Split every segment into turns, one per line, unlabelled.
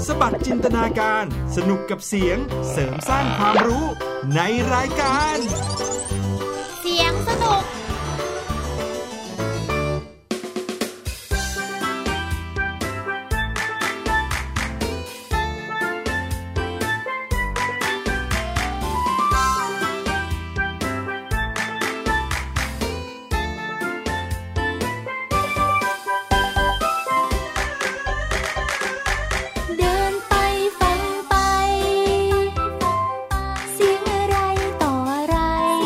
สบัดจินตนาการสนุกกับเสียงเสริมสร้างความรู้ในรายการ
เสียงสนุก
เสียงอะไรต่ออะไร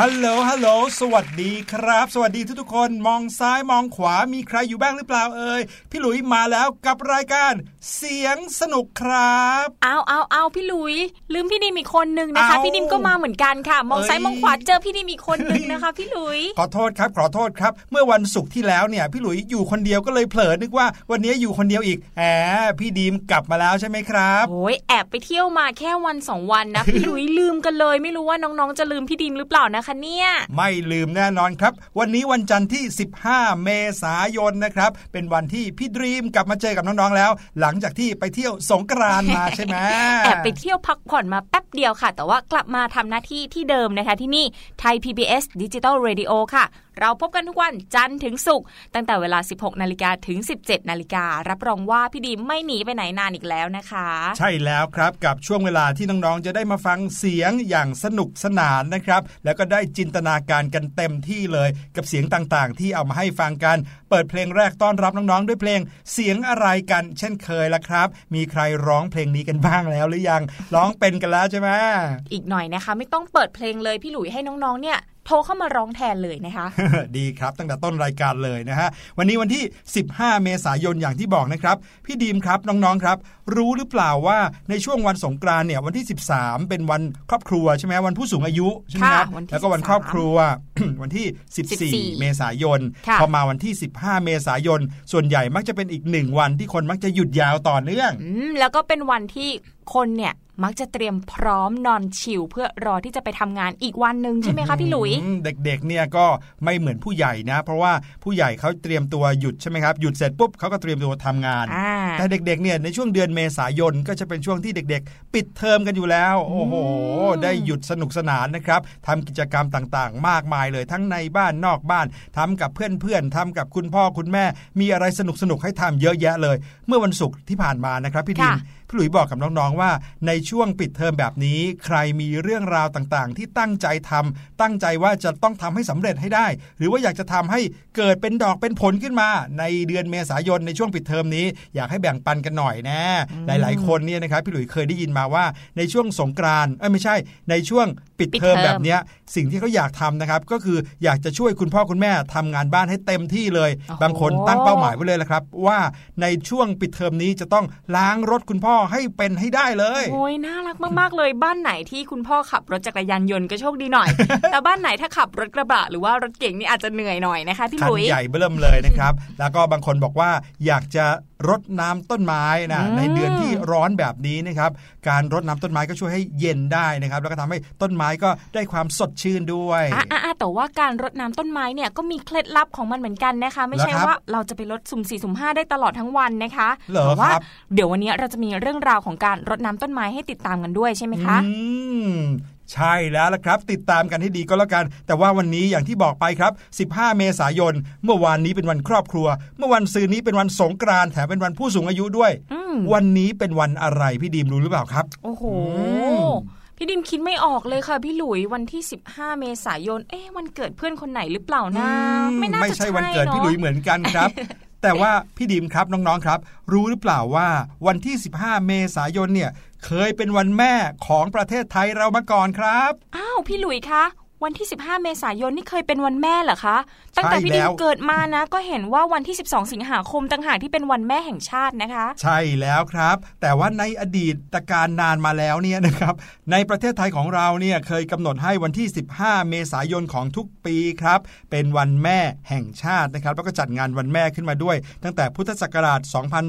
ฮัลโหลฮัลโหลสวัสดีครับสวัสดีทุกคนมองซ้ายมองขวามีใครอยู่บ้างหรือเปล่าเอ่ยพี่หลุยมาแล้วกับรายการเสียงสนุกครับ
เอาพี่หลุยลืมพี่ดิมอีกคนนึงนะคะพี่ดิมก็มาเหมือนกันค่ะมองซ้ายมองขวาเจอพี่ดิมอีกคนนึงนะคะพี่หลุย
ขอโทษครับเมื่อวันศุกร์ที่แล้วเนี่ยพี่หลุยอยู่คนเดียวก็เลยเผลอนึกว่าวันนี้อยู่คนเดียวอีกพี่ดิมกลับมาแล้วใช่ไหมครับ
โอ้ยแอบไปเที่ยวมาแค่วัน2วันนะ พี่หลุยลืมกันเลยไม่รู้ว่าน้องๆจะลืมพี่ดิมหรือเปล่านะคะเนี่ย
ไม่ลืมแน่นอนครับวันนี้วันจันทร์ที่15เมษายนนะครับเป็นวันที่พี่ดีมกลับมาเจอกับน้องๆแล้วหลังจากที่ไปเที่ยวสงกรานต์มาใช่ไหม
แอบไปเที่ยวพักผ่อนมาแป๊บเดียวค่ะแต่ว่ากลับมาทำหน้าที่ที่เดิมนะคะที่นี่ไทย PBS Digital Radio ค่ะเราพบกันทุกวันจันทร์ถึงศุกร์ตั้งแต่เวลา 16:00 นถึง 17:00 นรับรองว่าพี่ดีมไม่หนีไปไหนนานอีกแล้วนะคะ
ใช่แล้วครับกับช่วงเวลาที่น้องๆจะได้มาฟังเสียงอย่างสนุกสนานนะครับแล้วก็ได้จินตนาการกันเต็มที่เลยกับเสียงต่างๆที่เอามาให้ฟังกันเปิดเพลงแรกต้อนรับน้องๆด้วยเพลงเสียงอะไรกันเช่นเคยละครับมีใครร้องเพลงนี้กันบ้างแล้วหรือยังร้องเป็นกันแล้วใช่ไหม
อีกหน่อยนะคะไม่ต้องเปิดเพลงเลยพี่หลุยให้น้องๆเนี่ยโทรเข้ามาร้องแทนเลยนะคะ
ดีครับตั้งแต่ต้นรายการเลยนะฮะวันนี้วันที่15เมษายนอย่างที่บอกนะครับพี่ดีมครับน้องๆครับรู้หรือเปล่าว่าในช่วงวันสงกรานต์เนี่ยวันที่13เป็นวันครอบครัวใช่ไหมวันผู้สูงอายุใช่ไหมครับแล้วก็วันครอบครัว วันที่14เมษายนพอมาวันที่15เมษายนส่วนใหญ่มักจะเป็นอีก1วันที่คนมักจะหยุดยาวต่อเนื่อง
แล้วก็เป็นวันที่คนเนี่ยมักจะเตรียมพร้อมนอนชิลเพื่อรอที่จะไปทำงานอีกวันนึงใช่ไหมคะพี่หลุย
เด็กๆเนี่ยก็ไม่เหมือนผู้ใหญ่นะเพราะว่าผู้ใหญ่เขาเตรียมตัวหยุดใช่ไหมครับหยุดเสร็จปุ๊บเขาก็เตรียมตัวทำงานแต่เด็กๆเนี่ยในช่วงเดือนเมษายนก็จะเป็นช่วงที่เด็กๆปิดเทอมกันอยู่แล้วโอ้โหได้หยุดสนุกสนานนะครับทำกิจกรรมต่างๆมากมายเลยทั้งในบ้านนอกบ้านทำกับเพื่อนๆทำกับคุณพ่อคุณแม่มีอะไรสนุกๆให้ทำเยอะแยะเลยเมื่อวันศุกร์ที่ผ่านมานะครับพี่ดิมพี่หลุยบอกกับน้องๆว่าในช่วงปิดเทอมแบบนี้ใครมีเรื่องราวต่างๆที่ตั้งใจทำตั้งใจว่าจะต้องทำให้สำเร็จให้ได้หรือว่าอยากจะทำให้เกิดเป็นดอกเป็นผลขึ้นมาในเดือนเมษายนในช่วงปิดเทอมนี้อยากให้แบ่งปันกันหน่อยนะหลายๆคนเนี่ยนะครับพี่หลุยเคยได้ยินมาว่าในช่วงสงกรานต์ไม่ใช่ในช่วงปิดเทอมแบบนี้สิ่งที่เขาอยากทำนะครับก็คืออยากจะช่วยคุณพ่อคุณแม่ทำงานบ้านให้เต็มที่เลยบางคนตั้งเป้าหมายไว้เลยละครับว่าในช่วงปิดเทอมนี้จะต้องล้างรถคุณพ่อให้เป็นให้ได้เลย
โอ้ยน่ารักมากๆเลยบ้านไหนที่คุณพ่อขับรถจักรยานยนต์ก็โชคดีหน่อย แต่บ้านไหนถ้าขับรถกระบะหรือว่ารถเก๋งนี่อาจจะเหนื่อยหน่อยนะคะพี่ลุย
คันใหญ่เบิ่มเลยนะครับแล้วก็บางคนบอกว่าอยากจะรดน้ำต้นไม้นะในเดือนที่ร้อนแบบนี้นะครับการรดน้ำต้นไม้ก็ช่วยให้เย็นได้นะครับแล้วก็ทำให้ต้นไม้ก็ได้ความสดชื่นด้วย
แต่ว่าการรดน้ำต้นไม้เนี่ยก็มีเคล็ดลับของมันเหมือนกันนะคะไม่ใช่ว่าเราจะไปรดสุ่ม4สุ่ม5ได้ตลอดทั้งวันนะคะแต่ว่าเดี๋ยววันนี้เราจะมีเรื่องราวของการรดน้ำต้นไม้ให้ติดตามกันด้วยใช่ไหมคะ
ใช่แล้วล่ะครับติดตามกันให้ดีก็แล้วกันแต่ว่าวันนี้อย่างที่บอกไปครับ15เมษายนเมื่อวานนี้เป็นวันครอบครัวเมื่อวันซืนนี้เป็นวันสงกรานต์แถมเป็นวันผู้สูงอายุด้วยวันนี้เป็นวันอะไรพี่ดีมรู้หรือเปล่าครับ
โอ้โหพี่ดิมคิดไม่ออกเลยค่ะพี่หลุยวันที่15เมษายนวันเกิดเพื่อนคนไหนหรือเปล่านะ
ไม่ใช่วันเกิดพี่หลุยเหมือนกันครับ แต่ว่าพี่ดิมครับน้องๆครับรู้หรือเปล่าว่าวันที่15เมษายนเนี่ยเคยเป็นวันแม่ของประเทศไทยเรามาก่อนครับ
อ้าวพี่หลุยคะวันที่15เมษายนนี่เคยเป็นวันแม่เหรอคะตั้งแต่พี่ดิมเกิดมานะก็เห็นว่าวันที่12สิงหาคมต่างหากที่เป็นวันแม่แห่งชาตินะคะ
ใช่แล้วครับแต่ว่าในอดีตการนานมาแล้วเนี่ยนะครับในประเทศไทยของเราเนี่ยเคยกำหนดให้วันที่15เมษายนของทุกปีครับเป็นวันแม่แห่งชาตินะครับแล้วก็จัดงานวันแม่ขึ้นมาด้วยตั้งแต่พุทธศักราช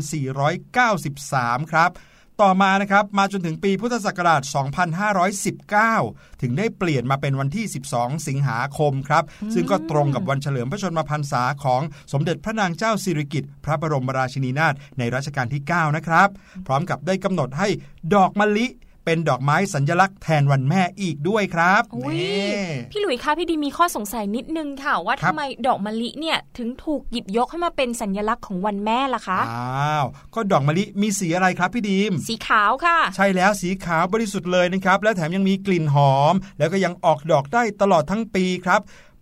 2493ครับต่อมานะครับมาจนถึงปีพุทธศักราช2519ถึงได้เปลี่ยนมาเป็นวันที่12สิงหาคมครับซึ่งก็ตรงกับวันเฉลิมพระชนมพรรษาของสมเด็จพระนางเจ้าสิริกิติ์พระบรมราชินีนาถในรัชกาลที่9นะครับพร้อมกับได้กำหนดให้ดอกมะลิเป็นดอกไม้สัญลักษณ์แทนวันแม่อีกด้วยครับ
พี่หลุยคะพี่ดีมีข้อสงสัยนิดนึงค่ะว่าทำไมดอกมะลิเนี่ยถึงถูกหยิบยกให้มาเป็นสัญลักษณ์ของวันแม่ล่ะคะ
ก็ดอกมะลิมีสีอะไรครับพี่ดีม
สีขาวค่ะ
ใช่แล้วสีขาวบริสุทธิ์เลยนะครับและแถมยังมีกลิ่นหอมแล้วก็ยังออกดอกได้ตลอดทั้งปีครับ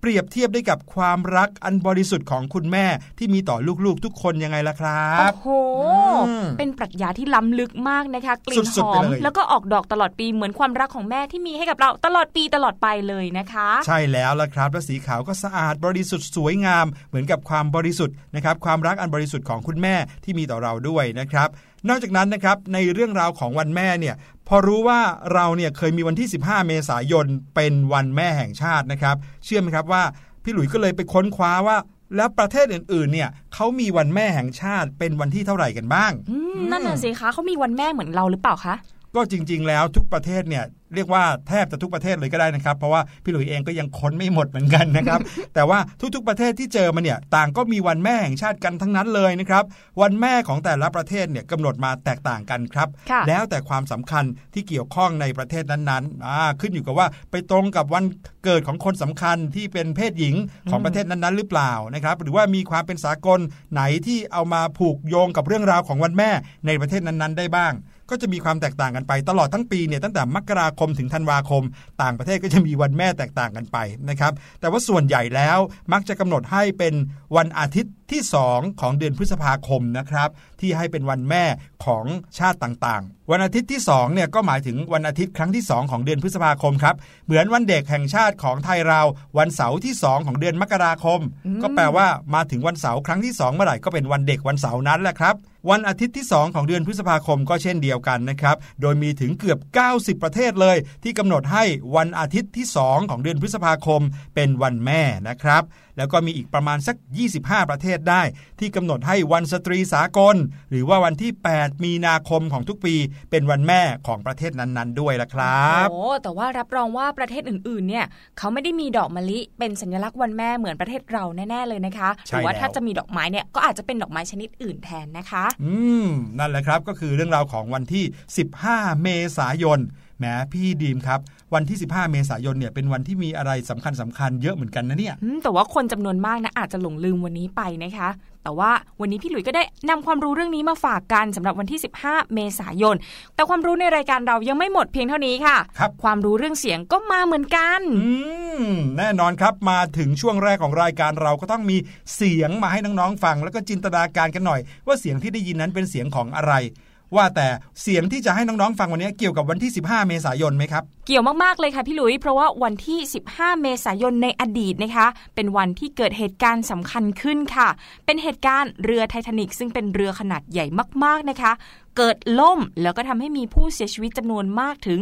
เปรียบเทียบได้กับความรักอันบริสุทธิ์ของคุณแม่ที่มีต่อลูกๆทุกคนยังไงล่ะครับ
โอ้โหเป็นปรัชญาที่ล้ำลึกมากนะคะกลิ่นหอมแล้วก็ออกดอกตลอดปีเหมือนความรักของแม่ที่มีให้กับเราตลอดปีตลอดไปเลยนะคะ
ใช่แล้วล่ะครับและสีขาวก็สะอาดบริสุทธิ์สวยงามเหมือนกับความบริสุทธิ์นะครับความรักอันบริสุทธิ์ของคุณแม่ที่มีต่อเราด้วยนะครับนอกจากนั้นนะครับในเรื่องราวของวันแม่เนี่ยพอรู้ว่าเราเนี่ยเคยมีวันที่15เมษายนเป็นวันแม่แห่งชาตินะครับเชื่อไหมครับว่าพี่หลุยส์ก็เลยไปค้นคว้าว่าแล้วประเทศอื่นๆเนี่ยเขามีวันแม่แห่งชาติเป็นวันที่เท่าไหร่กันบ้าง
นั่นน่ะสิคะเขามีวันแม่เหมือนเราหรือเปล่าคะ
ก็จริงๆแล้วทุกประเทศเนี่ยเรียกว่าแทบจะทุกประเทศเลยก็ได้นะครับเพราะว่าพี่หลุยเองก็ยังค้นไม่หมดเหมือนกันนะครับ แต่ว่าทุกๆประเทศที่เจอมาเนี่ยต่างก็มีวันแม่แห่งชาติกันทั้งนั้นเลยนะครับวันแม่ของแต่ละประเทศเนี่ยกำหนดมาแตกต่างกันครับแล้วแต่ความสำคัญที่เกี่ยวข้องในประเทศนั้นๆขึ้นอยู่กับว่าไปตรงกับวันเกิดของคนสำคัญที่เป็นเพศหญิงของประเทศนั้นๆหรือเปล่านะครับหรือว่ามีความเป็นสากลไหนที่เอามาผูกโยงกับเรื่องราวของวันแม่ในประเทศนั้นๆได้บ้างก็จะมีความแตกต่างกันไปตลอดทั้งปีเนี่ยตั้งแต่มกราคมถึงธันวาคมต่างประเทศก็จะมีวันแม่แตกต่างกันไปนะครับแต่ว่าส่วนใหญ่แล้วมักจะกำหนดให้เป็นวันอาทิตย์ที่2ของเดือนพฤษภาคมนะครับที่ให้เป็นวันแม่ของชาติต่างๆวันอาทิตย์ที่2เนี่ยก็หมายถึงวันอาทิตย์ครั้งที่2ของเดือนพฤษภาคมครับเหมือนวันเด็กแห่งชาติของไทยเราวันเสาร์ที่2ของเดือนมกราคมก็แปลว่ามาถึงวันเสาร์ครั้งที่2เมื่อไหร่ก็เป็นวันเด็กวันเสาร์นั้นแหละครับวันอาทิตย์ที่2ของเดือนพฤษภาคมก็เช่นเดียวกันนะครับโดยมีถึงเกือบ90ประเทศเลยที่กำหนดให้วันอาทิตย์ที่2ของเดือนพฤษภาคมเป็นวันแม่นะครับแล้วก็มีอีกประมาณสัก25ประเทศได้ที่กำหนดให้วันสตรีสากลหรือว่าวันที่8มีนาคมของทุกปีเป็นวันแม่ของประเทศนั้นๆด้วยล่ะครับ
โอ้แต่ว่ารับรองว่าประเทศอื่นๆเนี่ยเขาไม่ได้มีดอกมะลิเป็นสัญลักษณ์วันแม่เหมือนประเทศเราแน่ๆเลยนะคะหรือว่าถ้าจะมีดอกไม้เนี่ยก็อาจจะเป็นดอกไม้ชนิดอื่นแทนนะคะ
นั่นแหละครับก็คือเรื่องราวของวันที่15เมษายนแหมพี่ดีมครับวันที่15เมษายนเนี่ยเป็นวันที่มีอะไรสำคัญเยอะเหมือนกันนะเนี่ย
แต่ว่าคนจำนวนมากนะอาจจะหลงลืมวันนี้ไปนะคะแต่ว่าวันนี้พี่หลุยส์ก็ได้นำความรู้เรื่องนี้มาฝากกันสำหรับวันที่15เมษายนแต่ความรู้ในรายการเรายังไม่หมดเพียงเท่านี้ค่ะความรู้เรื่องเสียงก็มาเหมือนกัน
แน่นอนครับมาถึงช่วงแรกของรายการเราก็ต้องมีเสียงมาให้น้องๆฟังแล้วก็จินตนาการกันหน่อยว่าเสียงที่ได้ยินนั้นเป็นเสียงของอะไรว่าแต่เสียงที่จะให้น้องๆฟังวันนี้เกี่ยวกับวันที่15เมษายนไหมครับ
เกี่ยวมากๆเลยค่ะพี่หลุยเพราะว่าวันที่15เมษายนในอดีตนะคะเป็นวันที่เกิดเหตุการณ์สำคัญขึ้นค่ะเป็นเหตุการณ์เรือไททานิคซึ่งเป็นเรือขนาดใหญ่มากๆนะคะเกิดล่มแล้วก็ทำให้มีผู้เสียชีวิตจำนวนมากถึง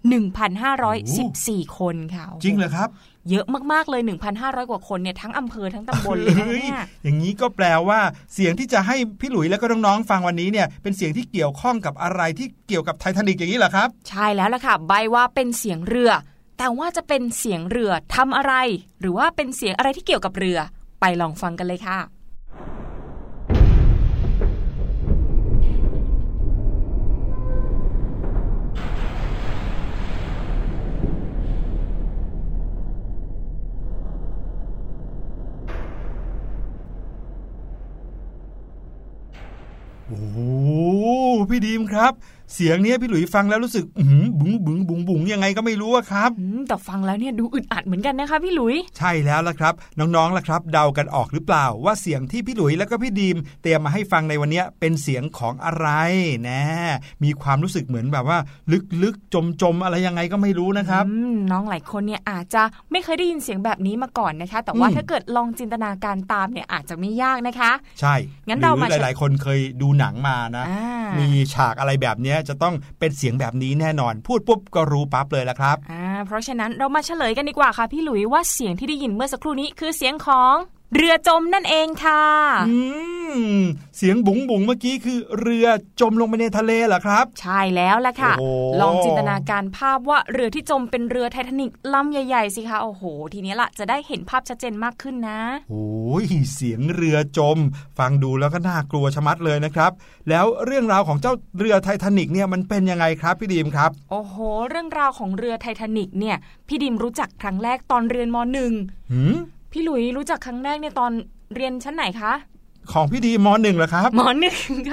1,514 คนค่ะ
จริงเหรอครับ
เยอะมากๆเลย 1,500 กว่าคนเนี่ยทั้งอำเภอทั้งตำบลเลยนะเนี่ย
อย่างนี้ก็แปลว่าเสียงที่จะให้พี่หลุยแล้วก็น้องๆฟังวันนี้เนี่ยเป็นเสียงที่เกี่ยวข้องกับอะไรที่เกี่ยวกับไททานิคอย่างนี้เหรอครับ
ใช่แล้วล่ะค่ะใบว่าเป็นเสียงเรือแต่ว่าจะเป็นเสียงเรือทำอะไรหรือว่าเป็นเสียงอะไรที่เกี่ยวกับเรือไปลองฟังกันเลยค่ะ
โอ้พี่ดีมครับเสียงนี้พี่หลุยฟังแล้วรู้สึกบุ๋งบุ๋งบุ๋งบุ๋งยังไงก็ไม่รู้อะครับ
แต่ฟังแล้วเนี่ยดูอึดอัดเหมือนกันนะคะพี่หลุย
ใช่แล้วล่ะครับน้องๆล่ะครับเดากันออกหรือเปล่าว่าเสียงที่พี่หลุยแล้วก็พี่ดีมเตรียมมาให้ฟังในวันนี้เป็นเสียงของอะไรนะมีความรู้สึกเหมือนแบบว่าลึกๆจมอะไรยังไงก็ไม่รู้นะครับ
น้องหลายคนเนี่ยอาจจะไม่เคยได้ยินเสียงแบบนี้มาก่อนนะคะแต่ว่าถ้าเกิดลองจินตนาการตามเนี่ยอาจจะไม่ยากนะคะ
ใช่
งั้นเรามา
หลายๆคนเคยดูหนังมานะมีฉากอะไรแบบนี้จะต้องเป็นเสียงแบบนี้แน่นอนพูดปุ๊บก็รู้ปั๊บเลยละครับ
เพราะฉะนั้นเรามาเฉลยกันดีกว่าค่ะพี่หลุยว่าเสียงที่ได้ยินเมื่อสักครู่นี้คือเสียงของเรือจมนั่นเองค่ะ
เสียงบุ๋งบุ๋งเมื่อกี้คือเรือจมลงไปในทะเลเหรอครับ
ใช่แล้วล่ะค่ะลองจินตนาการภาพว่าเรือที่จมเป็นเรือไททานิคลำใหญ่ๆสิคะโอ้โหทีนี้ล่ะจะได้เห็นภาพชัดเจนมากขึ้นนะ
โอ้ยเสียงเรือจมฟังดูแล้วก็น่ากลัวชะมัดเลยนะครับแล้วเรื่องราวของเจ้าเรือไททานิคเนี่ยมันเป็นยังไงครับพี่ดีมครับ
โอ้โหเรื่องราวของเรือไททานิคเนี่ยพี่ดีมรู้จักครั้งแรกตอนเรียนม.1พี่หลุยรู้จักครั้งแรกในตอนเรียนชั้นไหนคะ
ของพี่ดีม.1เหรอครับ
ม.1ค่ะ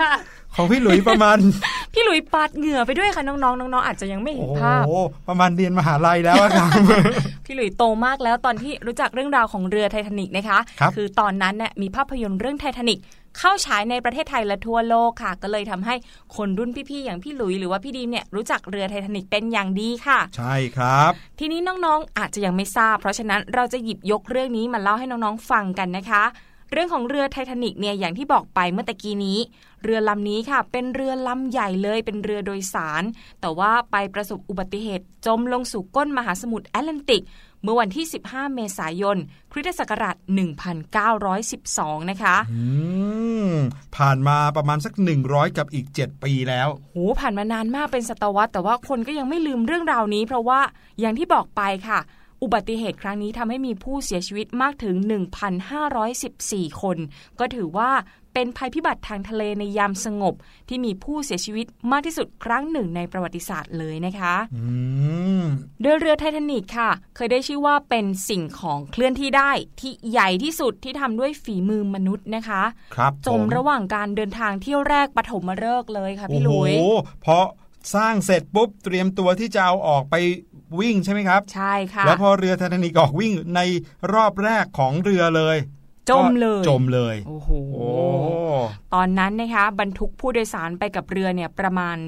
ของพี่หลุยประมาณ
พี่หลุยปาดเหงื่อไปด้วยค่ะน้องๆน้องๆอาจจะยังไม่เห็นภาพ
โอ้ประมาณเรียนมหาลัยแล้วครับ
พี่หลุยโตมากแล้วตอนที่รู้จักเรื่องราวของเรือไททานิกนะคะคือตอนนั้นเนี่ยมีภาพยนตร์เรื่องไททานิกเข้าฉายในประเทศไทยและทั่วโลกค่ะก็เลยทำให้คนรุ่นพี่ๆอย่างพี่หลุยหรือว่าพี่ดีมเนี่ยรู้จักเรือไททานิกเป็นอย่างดีค่ะ
ใช่ครับ
ทีนี้น้องๆอาจจะยังไม่ทราบเพราะฉะนั้นเราจะหยิบยกเรื่องนี้มาเล่าให้น้องๆฟังกันนะคะเรื่องของเรือไททานิกเนี่ยอย่างที่บอกไปเมื่อตะกี้นี้เรือลำนี้ค่ะเป็นเรือลำใหญ่เลยเป็นเรือโดยสารแต่ว่าไปประสบอุบัติเหตุจมลงสู่ก้นมหาสมุทรแอตแลนติกเมื่อวันที่15เมษายนคริสตศักราช1912นะคะ
ผ่านมาประมาณสัก100กับอีก7ปีแล้ว
โหผ่านมานานมากเป็นศตวรรษแต่ว่าคนก็ยังไม่ลืมเรื่องราวนี้เพราะว่าอย่างที่บอกไปค่ะอุบัติเหตุครั้งนี้ทำให้มีผู้เสียชีวิตมากถึง 1,514 คนก็ถือว่าเป็นภัยพิบัติทางทะเลในยามสงบที่มีผู้เสียชีวิตมากที่สุดครั้งหนึ่งในประวัติศาสตร์เลยนะคะโดยเรือไททานิกค่ะเคยได้ชื่อว่าเป็นสิ่งของเคลื่อนที่ได้ที่ใหญ่ที่สุดที่ทำด้วยฝีมือมนุษย์นะคะ
ครับ
จมระหว่างการเดินทางเที่ยวแรกปฐมฤกษ์เลยค่ะพี่ลุย
โอ้โหพอสร้างเสร็จปุ๊บเตรียมตัวที่จะเอาออกไปวิ่งใช่ไหมครับ
ใช่ค่ะ
แล้วพอเรือไททานิกออกวิ่งในรอบแรกของเรือเลย
จมเลย
โอ้โห
ตอนนั้นนะคะบรรทุกผู้โดยสารไปกับเรือเนี่ยประมาณ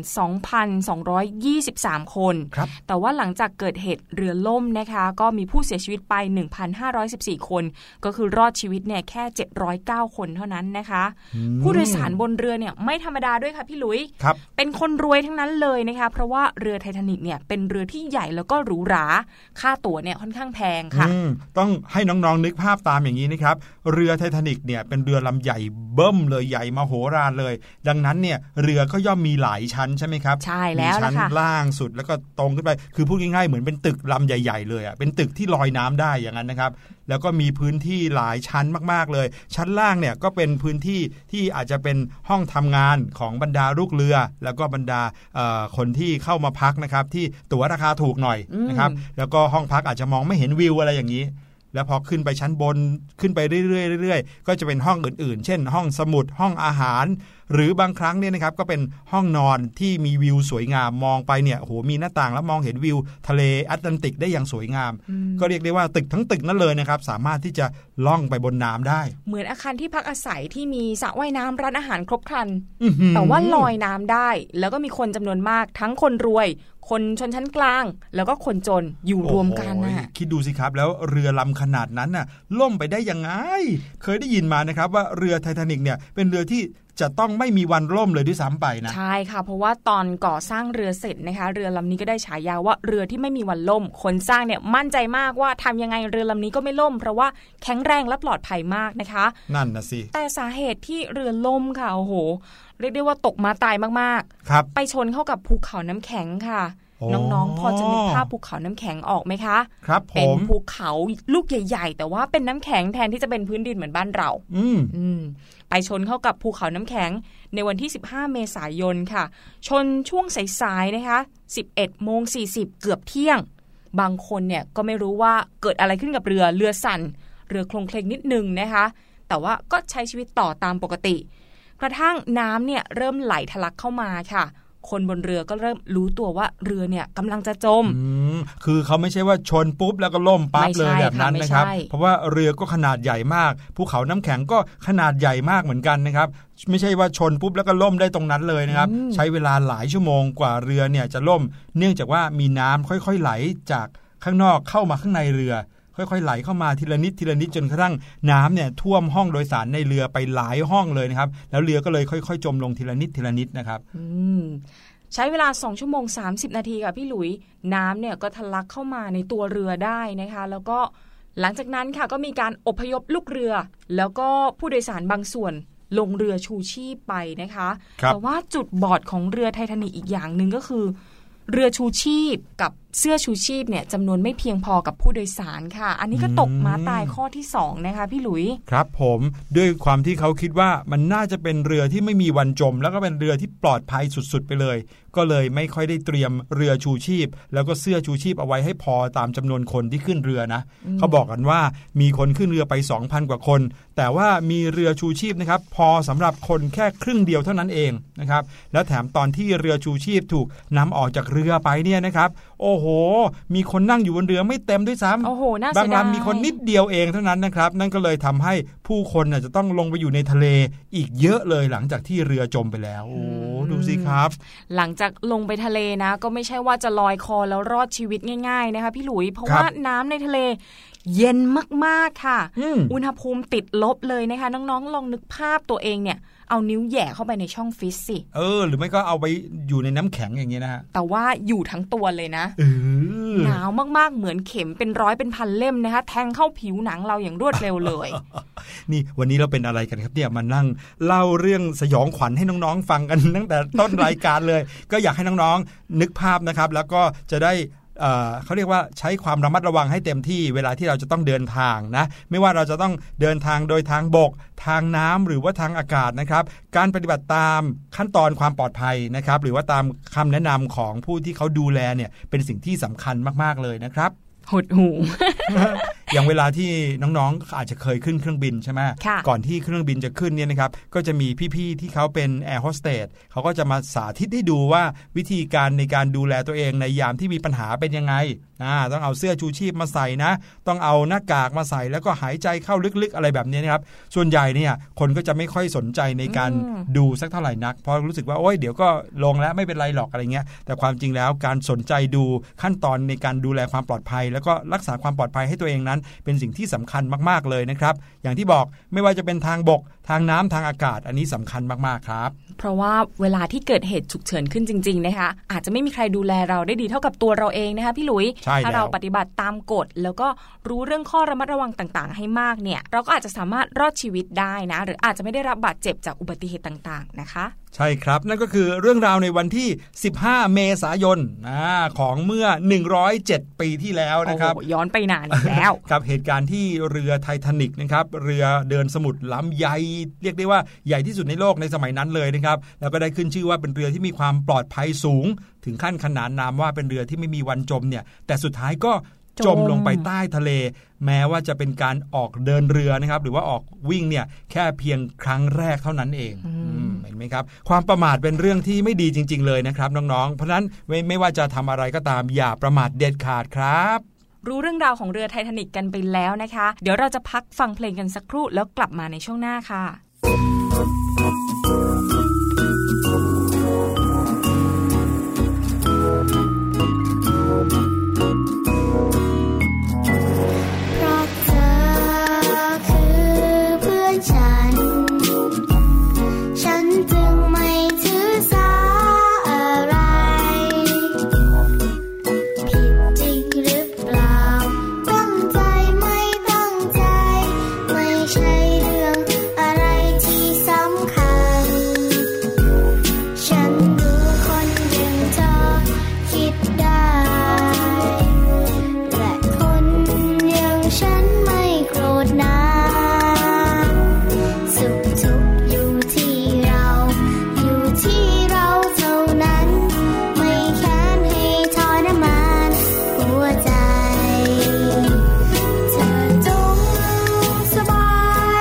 2,223 คนแต่ว่าหลังจากเกิดเหตุเรือล่มนะคะก็มีผู้เสียชีวิตไป 1,514 คนก็คือรอดชีวิตเนี่ยแค่709คนเท่านั้นนะคะผู้โดยสารบนเรือเนี่ยไม่ธรรมดาด้วยค่ะพี่หลุยเป็นคนรวยทั้งนั้นเลยนะคะเพราะว่าเรือไททานิกเนี่ยเป็นเรือที่ใหญ่แล้วก็หรูหราค่าตั๋วเนี่ยค่อนข้างแพงค่ะ
ต้องให้น้องๆนึกภาพตามอย่างนี้นะครับเรือไททานิกเนี่ยเป็นเรือลำใหญ่เบิ้มเลยใหญ่มโหฬารเลยดังนั้นเนี่ยเรือก็ย่อมมีหลายชั้นใช่ไหมครับ
ใช่แล้ว
มีชั้นล่างสุดแล้วก็ตรงขึ้นไปคือพูดง่ายๆเหมือนเป็นตึกลำใหญ่ๆเลยอ่ะเป็นตึกที่ลอยน้ำได้อย่างนั้นนะครับแล้วก็มีพื้นที่หลายชั้นมากๆเลยชั้นล่างเนี่ยก็เป็นพื้นที่ที่อาจจะเป็นห้องทำงานของบรรดาลูกเรือแล้วก็บรรดาคนที่เข้ามาพักนะครับที่ตั๋วราคาถูกหน่อยนะครับแล้วก็ห้องพักอาจจะมองไม่เห็นวิวอะไรอย่างนี้แล้วพอขึ้นไปชั้นบนขึ้นไปเรื่อยๆก็จะเป็นห้องอื่นๆเช่นห้องสมุดห้องอาหารหรือบางครั้งเนี่ยนะครับก็เป็นห้องนอนที่มีวิวสวยงามมองไปเนี่ยโอ้โหมีหน้าต่างแล้วมองเห็นวิวทะเลแอตแลนติกได้อย่างสวยงามก็เรียกได้ว่าตึกทั้งตึกนั่นเลยนะครับสามารถที่จะล่องไปบนน้ำได้
เหมือนอาคารที่พักอาศัยที่มีสระว่ายน้ำร้านอาหารครบครันแต่ว่าลอยน้ำได้แล้วก็มีคนจำนวนมากทั้งคนรวยคนชนชั้นกลางแล้วก็คนจนอยู่รวมกันนะ
คิดดูสิครับแล้วเรือลำขนาดนั้นน่ะล่มไปได้ยังไงเคยได้ยินมานะครับว่าเรือไททานิกเนี่ยเป็นเรือที่จะต้องไม่มีวันล่มเลยด้วยซ้ำไปนะ
ใช่ค่ะเพราะว่าตอนก่อสร้างเรือเสร็จนะคะเรือลำนี้ก็ได้ฉายาว่าเรือที่ไม่มีวันล่มคนสร้างเนี่ยมั่นใจมากว่าทำยังไงเรือลำนี้ก็ไม่ล่มเพราะว่าแข็งแรงและปลอดภัยมากนะคะ
นั่นนะสิ
แต่สาเหตุที่เรือล่มค่ะโอ้โหเรียกได้ว่าตกมาตายมาก
ๆ
ไปชนเข้ากับภูเขาน้ำแข็งค่ะน้องๆพอจะนึกภาพภูเขาน้ำแข็งออกไหมคะ
ครับผม
เป็นภูเขาลูกใหญ่ๆแต่ว่าเป็นน้ำแข็งแทนที่จะเป็นพื้นดินเหมือนบ้านเราไปชนเข้ากับภูเขาน้ำแข็งในวันที่15เมษายนค่ะชนช่วงสายๆนะคะ11:40เกือบเที่ยงบางคนเนี่ยก็ไม่รู้ว่าเกิดอะไรขึ้นกับเรือสั่นเรือโคลงเคลงนิดนึงนะคะแต่ว่าก็ใช้ชีวิตต่อตามปกติกระทั่งน้ำเนี่ยเริ่มไหลทะลักเข้ามาค่ะคนบนเรือก็เริ่มรู้ตัวว่าเรือเนี่ยกำลังจะจม
คือเขาไม่ใช่ว่าชนปุ๊บแล้วก็ล่มปั๊บเลยแบบนั้นนะครับเพราะว่าเรือก็ขนาดใหญ่มากภูเขาน้ำแข็งก็ขนาดใหญ่มากเหมือนกันนะครับไม่ใช่ว่าชนปุ๊บแล้วก็ล่มได้ตรงนั้นเลยนะครับใช้เวลาหลายชั่วโมงกว่าเรือเนี่ยจะล่มเนื่องจากว่ามีน้ำค่อยๆไหลจากข้างนอกเข้ามาข้างในเรือค่อยๆไหลเข้ามาทีละนิดจนกระทั่งน้ำเนี่ยท่วมห้องโดยสารในเรือไปหลายห้องเลยนะครับแล้วเรือก็เลยค่อยๆจมลงทีละนิดนะครับ
ใช้เวลา2ชั่วโมง30นาทีค่ะพี่หลุยน้ำเนี่ยก็ทะลักเข้ามาในตัวเรือได้นะคะแล้วก็หลังจากนั้นค่ะก็มีการอพยพลูกเรือแล้วก็ผู้โดยสารบางส่วนลงเรือชูชีพไปนะคะแต่ว่าจุดบอดของเรือไททานิกอีกอย่างนึงก็คือเรือชูชีพกับเสื้อชูชีพเนี่ยจำนวนไม่เพียงพอกับผู้โดยสารค่ะอันนี้ก็ตกม้าตายข้อที่2นะคะพี่หลุย
ครับผมด้วยความที่เขาคิดว่ามันน่าจะเป็นเรือที่ไม่มีวันจมแล้วก็เป็นเรือที่ปลอดภัยสุดๆไปเลยก็เลยไม่ค่อยได้เตรียมเรือชูชีพแล้วก็เสื้อชูชีพเอาไว้ให้พอตามจำนวนคนที่ขึ้นเรือนะเขาบอกกันว่ามีคนขึ้นเรือไป 2,000 กว่าคนแต่ว่ามีเรือชูชีพนะครับพอสำหรับคนแค่ครึ่งเดียวเท่านั้นเองนะครับแล้วแถมตอนที่เรือชูชีพถูกนำออกจากเรือไปเนี่ยนะครับโอ้โหมีคนนั่งอยู่บนเรือไม่เต็มด้วยซ้ำบางลำมีคนนิดเดียวเองเท่านั้นนะครับนั่นก็เลยทำให้ผู้คนจะต้องลงไปอยู่ในทะเลอีกเยอะเลยหลังจากที่เรือจมไปแล้วโอ้ดูสิครับ
หลังจากลงไปทะเลนะก็ไม่ใช่ว่าจะลอยคอแล้วรอดชีวิตง่ายๆนะคะพี่หลุยเพราะว่าน้ำในทะเลเย็นมากๆค่ะอุณหภูมิติดลบเลยนะคะน้องๆลองนึกภาพตัวเองเนี่ยเอานิ้วแหย่เข้าไปในช่องฟิชสิ
หรือไม่ก็เอาไปอยู่ในน้ำแข็งอย่างเงี้ยนะฮะ
แต่ว่าอยู่ทั้งตัวเลยนะหนาวมากๆเหมือนเข็มเป็นร้อยเป็นพันเล่มนะคะแทงเข้าผิวหนังเราอย่างรวดเร็วเลย
นี่วันนี้เราเป็นอะไรกันครับเนี่ยมานั่งเล่าเรื่องสยองขวัญให้น้องๆฟังกันตั้งแต่ต้นรายการเลย ก็อยากให้น้องๆนึกภาพนะครับแล้วก็จะได้เขาเรียกว่าใช้ความระมัดระวังให้เต็มที่เวลาที่เราจะต้องเดินทางนะไม่ว่าเราจะต้องเดินทางโดยทางบกทางน้ำหรือว่าทางอากาศนะครับการปฏิบัติตามขั้นตอนความปลอดภัยนะครับหรือว่าตามคำแนะนำของผู้ที่เขาดูแลเนี่ยเป็นสิ่งที่สำคัญมากๆเลยนะครับ
หดหู
อย่างเวลาที่น้องๆอาจจะเคยขึ้นเครื่องบินใช่ไหมก่อนที่เครื่องบินจะขึ้นเนี่ยนะครับก็จะมีพี่ๆที่เขาเป็นแอร์โฮสเตสเขาก็จะมาสาธิตให้ดูว่าวิธีการในการดูแลตัวเองในยามที่มีปัญหาเป็นยังไงต้องเอาเสื้อชูชีพมาใส่นะต้องเอาหน้ากากมาใส่แล้วก็หายใจเข้าลึกๆอะไรแบบนี้นะครับส่วนใหญ่เนี่ยคนก็จะไม่ค่อยสนใจในการดูสักเท่าไหร่นักเพราะรู้สึกว่าโอ๊ยเดี๋ยวก็ลงแล้วไม่เป็นไรหรอกอะไรเงี้ยแต่ความจริงแล้วการสนใจดูขั้นตอนในการดูแลความปลอดภัยแล้วก็รักษาความปลอดภัยให้ตัวเองนั้นเป็นสิ่งที่สำคัญมากๆเลยนะครับอย่างที่บอกไม่ว่าจะเป็นทางบกทางน้ำทางอากาศอันนี้สำคัญมากๆครับ
เพราะว่าเวลาที่เกิดเหตุฉุกเฉินขึ้นจริงๆนะคะอาจจะไม่มีใครดูแลเราได้ดีเท่ากับตัวเราเองนะคะพี่หลุยถ้าเราปฏิบัติตามกฎแล้วก็รู้เรื่องข้อระมัดระวังต่างๆให้มากเนี่ยเราก็อาจจะสามารถรอดชีวิตได้นะหรืออาจจะไม่ได้รับบาดเจ็บจากอุบัติเหตุต่างๆนะคะ
ใช่ครับนั่นก็คือเรื่องราวในวันที่15เมษายนของเมื่อ107ปีที่แล้วนะครับ
ย้อนไปนานแล้ว
กับเหตุการณ์ที่เรือไททานิคนะครับเรือเดินสมุทรลำใหญ่เรียกได้ว่าใหญ่ที่สุดในโลกในสมัยนั้นเลยนะครับแล้วก็ได้ขึ้นชื่อว่าเป็นเรือที่มีความปลอดภัยสูงถึงขั้นขนานนามว่าเป็นเรือที่ไม่มีวันจมเนี่ยแต่สุดท้ายก็จมลงไปใต้ทะเลแม้ว่าจะเป็นการออกเดินเรือนะครับหรือว่าออกวิ่งเนี่ยแค่เพียงครั้งแรกเท่านั้นเองเห็นไหมครับความประมาทเป็นเรื่องที่ไม่ดีจริงๆเลยนะครับน้องๆเพราะฉะนั้นไม่ว่าจะทำอะไรก็ตามอย่าประมาทเด็ดขาดครับ
รู้เรื่องราวของเรือไททานิคกันไปแล้วนะคะเดี๋ยวเราจะพักฟังเพลงกันสักครู่แล้วกลับมาในช่วงหน้าค่ะ
เ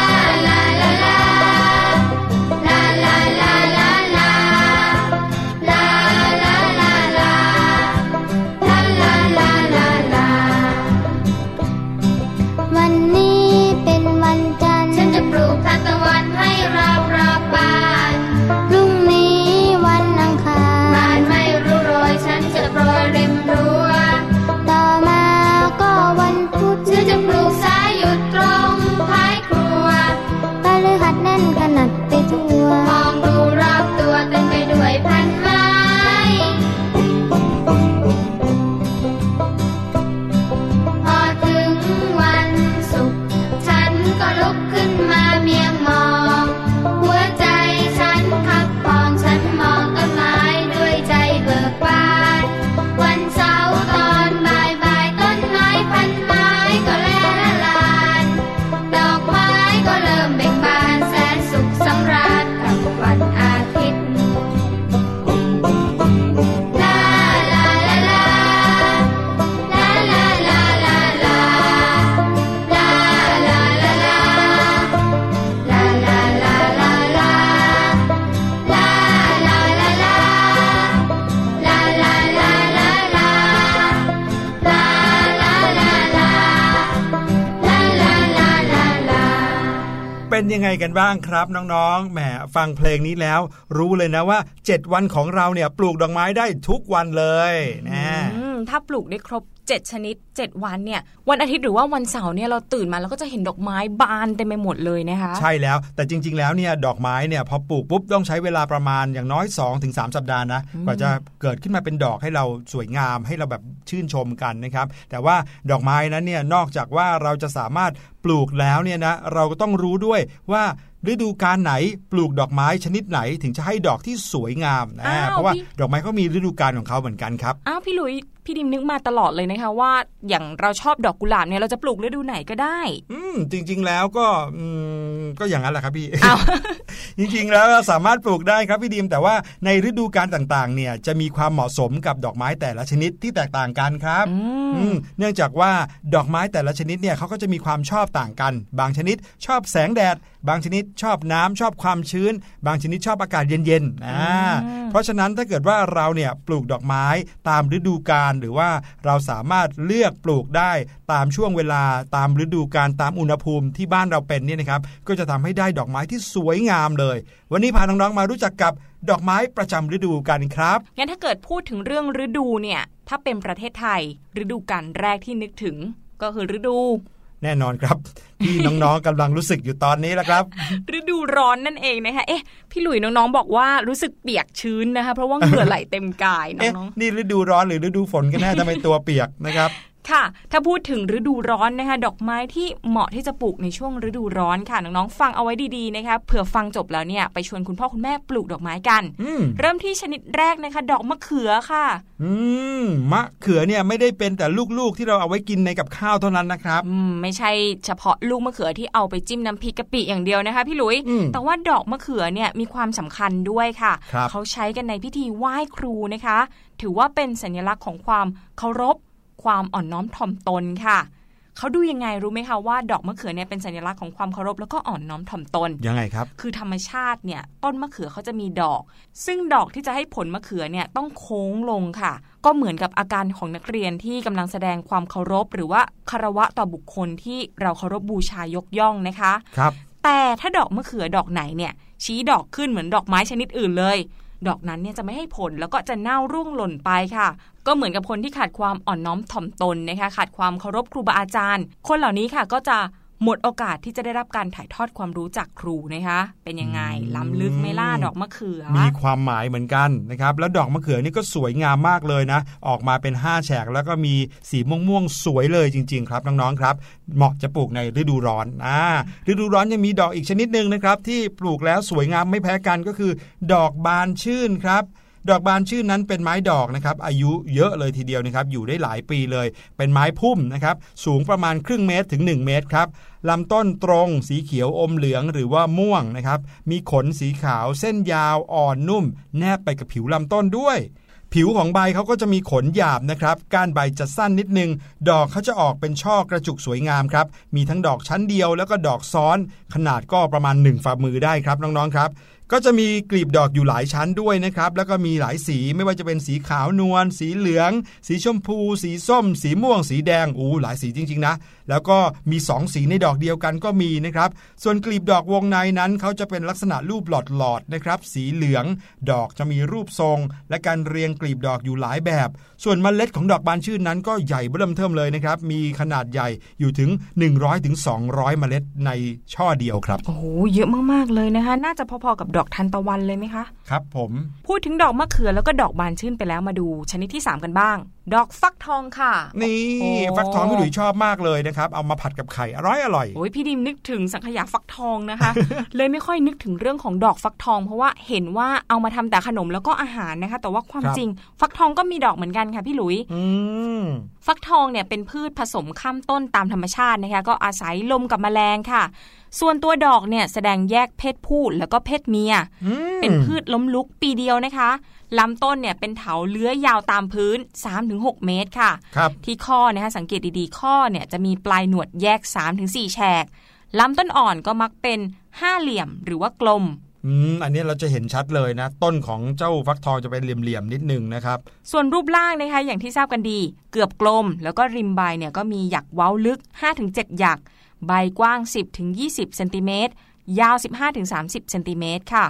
เป็นยังไงกันบ้างครับน้องๆแหมฟังเพลงนี้แล้วรู้เลยนะว่า7วันของเราเนี่ยปลูกดอกไม้ได้ทุกวันเลยนะ
ทถ้าปลูกได้ครบ7ชนิด7วันเนี่ยวันอาทิตย์หรือว่าวันเสาร์เนี่ยเราตื่นมาแล้วก็จะเห็นดอกไม้บานเต็มไปหมดเลยนะคะ
ใช่แล้วแต่จริงๆแล้วเนี่ยดอกไม้เนี่ยพอปลูกปุ๊บต้องใช้เวลาประมาณอย่างน้อย 2-3 สัปดาห์นะกว่าจะเกิดขึ้นมาเป็นดอกให้เราสวยงามให้เราแบบชื่นชมกันนะครับแต่ว่าดอกไม้นั้นเนี่ยนอกจากว่าเราจะสามารถปลูกแล้วเนี่ยนะเราก็ต้องรู้ด้วยว่าฤดูกาลไหนปลูกดอกไม้ชนิดไหนถึงจะให้ดอกที่สวยงามเพราะว่าดอกไม้เขามีฤดูกาลของเขาเหมือนกันครับ
พี่ลุยพี่ดิมนึกมาตลอดเลยนะคะว่าอย่างเราชอบดอกกุหลาบเนี่ยเราจะปลูกฤดูไหนก็ได้
จริงๆแล้วก็อย่างนั้นแหละครับพี่ จริงๆแล้วสามารถปลูกได้ครับพี่ดิมแต่ว่าในฤดูกาลต่างๆเนี่ยจะมีความเหมาะสมกับดอกไม้แต่ละชนิดที่แตกต่างกันครับเนื่องจากว่าดอกไม้แต่ละชนิดเนี่ยเขาก็จะมีความชอบต่างกันบางชนิดชอบแสงแดดบางชนิดชอบน้ำชอบความชื้นบางชนิดชอบอากาศเย็นๆเพราะฉะนั้นถ้าเกิดว่าเราเนี่ยปลูกดอกไม้ตามฤดูกาลหรือว่าเราสามารถเลือกปลูกได้ตามช่วงเวลาตามฤดูกาลตามอุณหภูมิที่บ้านเราเป็นเนี่ยนะครับก็จะทำให้ได้ดอกไม้ที่สวยงามเลยวันนี้พาน้องๆมารู้จักกับดอกไม้ประจำฤดูกันครับ
งั้นถ้าเกิดพูดถึงเรื่องฤดูเนี่ยถ้าเป็นประเทศไทยฤดูกาลแรกที่นึกถึงก็คือฤดู
แน่นอนครับที่น้องๆกำลังรู้สึกอยู่ตอนนี้แหละครับ
ฤดูร้อนนั่นเองนะคะพี่หลุยน้องๆบอกว่ารู้สึกเปียกชื้นนะคะเพราะว่าเหงื่อไหลเต็มกายน้อง
ๆนี่ฤดูร้อนหรือฤดูฝนกันแน่ทำไมตัวเปียกนะครับ
ค่ะถ้าพูดถึงฤดูร้อนนะคะดอกไม้ที่เหมาะที่จะปลูกในช่วงฤดูร้อนค่ะน้องๆฟังเอาไว้ดีๆนะคะเผื่อฟังจบแล้วเนี่ยไปชวนคุณพ่อคุณแม่ปลูกดอกไม้กันเริ่มที่ชนิดแรกนะคะดอกมะเขือค่ะ
มะเขือเนี่ยไม่ได้เป็นแต่ลูกๆที่เราเอาไว้กินในกับข้าวเท่านั้นนะครับ
ไม่ใช่เฉพาะลูกมะเขือที่เอาไปจิ้มน้ำพริกกะปิอย่างเดียวนะคะพี่หลุยแต่ว่าดอกมะเขือเนี่ยมีความสำคัญด้วยค่ะเขาใช้กันในพิธีไหว้ครูนะคะถือว่าเป็นสัญลักษณ์ของความเคารพความอ่อนน้อมถ่อมตนค่ะเขาดูยังไงรู้ไหมคะว่าดอกมะเขือเนี่ยเป็นสัญลักษณ์ของความเคารพแล้วก็อ่อนน้อมถ่อมตน
ยังไงครับ
คือธรรมชาติเนี่ยต้นมะเขือเขาจะมีดอกซึ่งดอกที่จะให้ผลมะเขือเนี่ยต้องโค้งลงค่ะก็เหมือนกับอาการของนักเรียนที่กำลังแสดงความเคารพหรือว่าคารวะต่อบุคคลที่เราเคารพบูชายกย่องนะคะ
ครับ
แต่ถ้าดอกมะเขือดอกไหนเนี่ยชี้ดอกขึ้นเหมือนดอกไม้ชนิดอื่นเลยดอกนั้นเนี่ยจะไม่ให้ผลแล้วก็จะเน่าร่วงหล่นไปค่ะก็เหมือนกับคนที่ขาดความอ่อนน้อมถ่อมตนนะคะขาดความเคารพครูบาอาจารย์คนเหล่านี้ค่ะก็จะหมดโอกาสที่จะได้รับการถ่ายทอดความรู้จากครูนะคะเป็นยังไงล้ำลึกไหมล่ะดอกมะเขือ
มีความหมายเหมือนกันนะครับแล้วดอกมะเขือนี่ก็สวยงามมากเลยนะออกมาเป็น5แฉกแล้วก็มีสีม่วงๆสวยเลยจริงๆครับน้องๆครับเหมาะจะปลูกในฤดูร้อนฤดูร้อนยังมีดอกอีกชนิดนึงนะครับที่ปลูกแล้วสวยงามไม่แพ้กันก็คือดอกบานชื่นครับดอกบานชื่นนั้นเป็นไม้ดอกนะครับอายุเยอะเลยทีเดียวนะครับอยู่ได้หลายปีเลยเป็นไม้พุ่มนะครับสูงประมาณครึ่งเมตรถึง1เมตรครับลำต้นตรงสีเขียวอมเหลืองหรือว่าม่วงนะครับมีขนสีขาวเส้นยาวอ่อนนุ่มแนบไปกับผิวลำต้นด้วยผิวของใบเขาก็จะมีขนหยาบนะครับก้านใบจะสั้นนิดนึงดอกเขาจะออกเป็นช่อกระจุกสวยงามครับมีทั้งดอกชั้นเดียวแล้วก็ดอกซ้อนขนาดก็ประมาณ1ฝ่ามือได้ครับน้องๆครับก็จะมีกลีบดอกอยู่หลายชั้นด้วยนะครับแล้วก็มีหลายสีไม่ว่าจะเป็นสีขาวนวลสีเหลืองสีชมพูสีส้มสีม่วงสีแดงหลายสีจริงๆนะแล้วก็มี2สีในดอกเดียวกันก็มีนะครับส่วนกลีบดอกวงในนั้นเขาจะเป็นลักษณะรูปหลอดๆนะครับสีเหลืองดอกจะมีรูปทรงและการเรียงกลีบดอกอยู่หลายแบบส่วนเมล็ดของดอกบานชื่นนั้นก็ใหญ่เบิ่มเทิ่มเลยนะครับมีขนาดใหญ่อยู่ถึง100ถึง200เมล็ดในช่อเดียวครับ
โอ้โหเยอะมากๆเลยนะคะน่าจะพอๆกับดอกทันตะวันเลยไหมคะ
ครับผม
พูดถึงดอกมะเขือแล้วก็ดอกบานชื่นไปแล้วมาดูชนิดที่3กันบ้างดอกฟักทองค่ะ
นี่ฟักทองพี่หลุยชอบมากเลยนะครับเอามาผัดกับไข่อร่อย
โอ้ยพี่ดิมนึกถึงสังขยาฟักทองนะคะ เลยไม่ค่อยนึกถึงเรื่องของดอกฟักทองเพราะว่าเห็นว่าเอามาทำแต่ขนมแล้วก็อาหารนะคะแต่ว่าความจริงฟักทองก็มีดอกเหมือนกันค่ะพี่หลุยฟักทองเนี่ยเป็นพืชผสมข้ามต้นตามธรรมชาตินะคะก็อาศัยลมกับแมลงค่ะส่วนตัวดอกเนี่ยแสดงแยกเพศผู้แล้วก็เพศเมียเป็นพืชล้มลุกปีเดียวนะคะลำต้นเนี่ยเป็นเถาเลื้อยยาวตามพื้น 3-6 เมตรค่ะที่ข้อนะคะสังเกตดีๆข้อเนี่ยจะมีปลายหนวดแยก 3-4 แฉกลำต้นอ่อนก็มักเป็น5เหลี่ยมหรือว่ากลม
อันนี้เราจะเห็นชัดเลยนะต้นของเจ้าฟักทองจะเป็นเหลี่ยมๆนิดนึงนะครับ
ส่วนรูปร่างนะคะอย่างที่ทราบกันดีเกือบกลมแล้วก็ริมใบเนี่ยก็มีหยักเว้าลึก 5-7 หยักใบกว้าง 10-20 เซนติเมตรยาว 15-30 เซนติเมตรค่ะ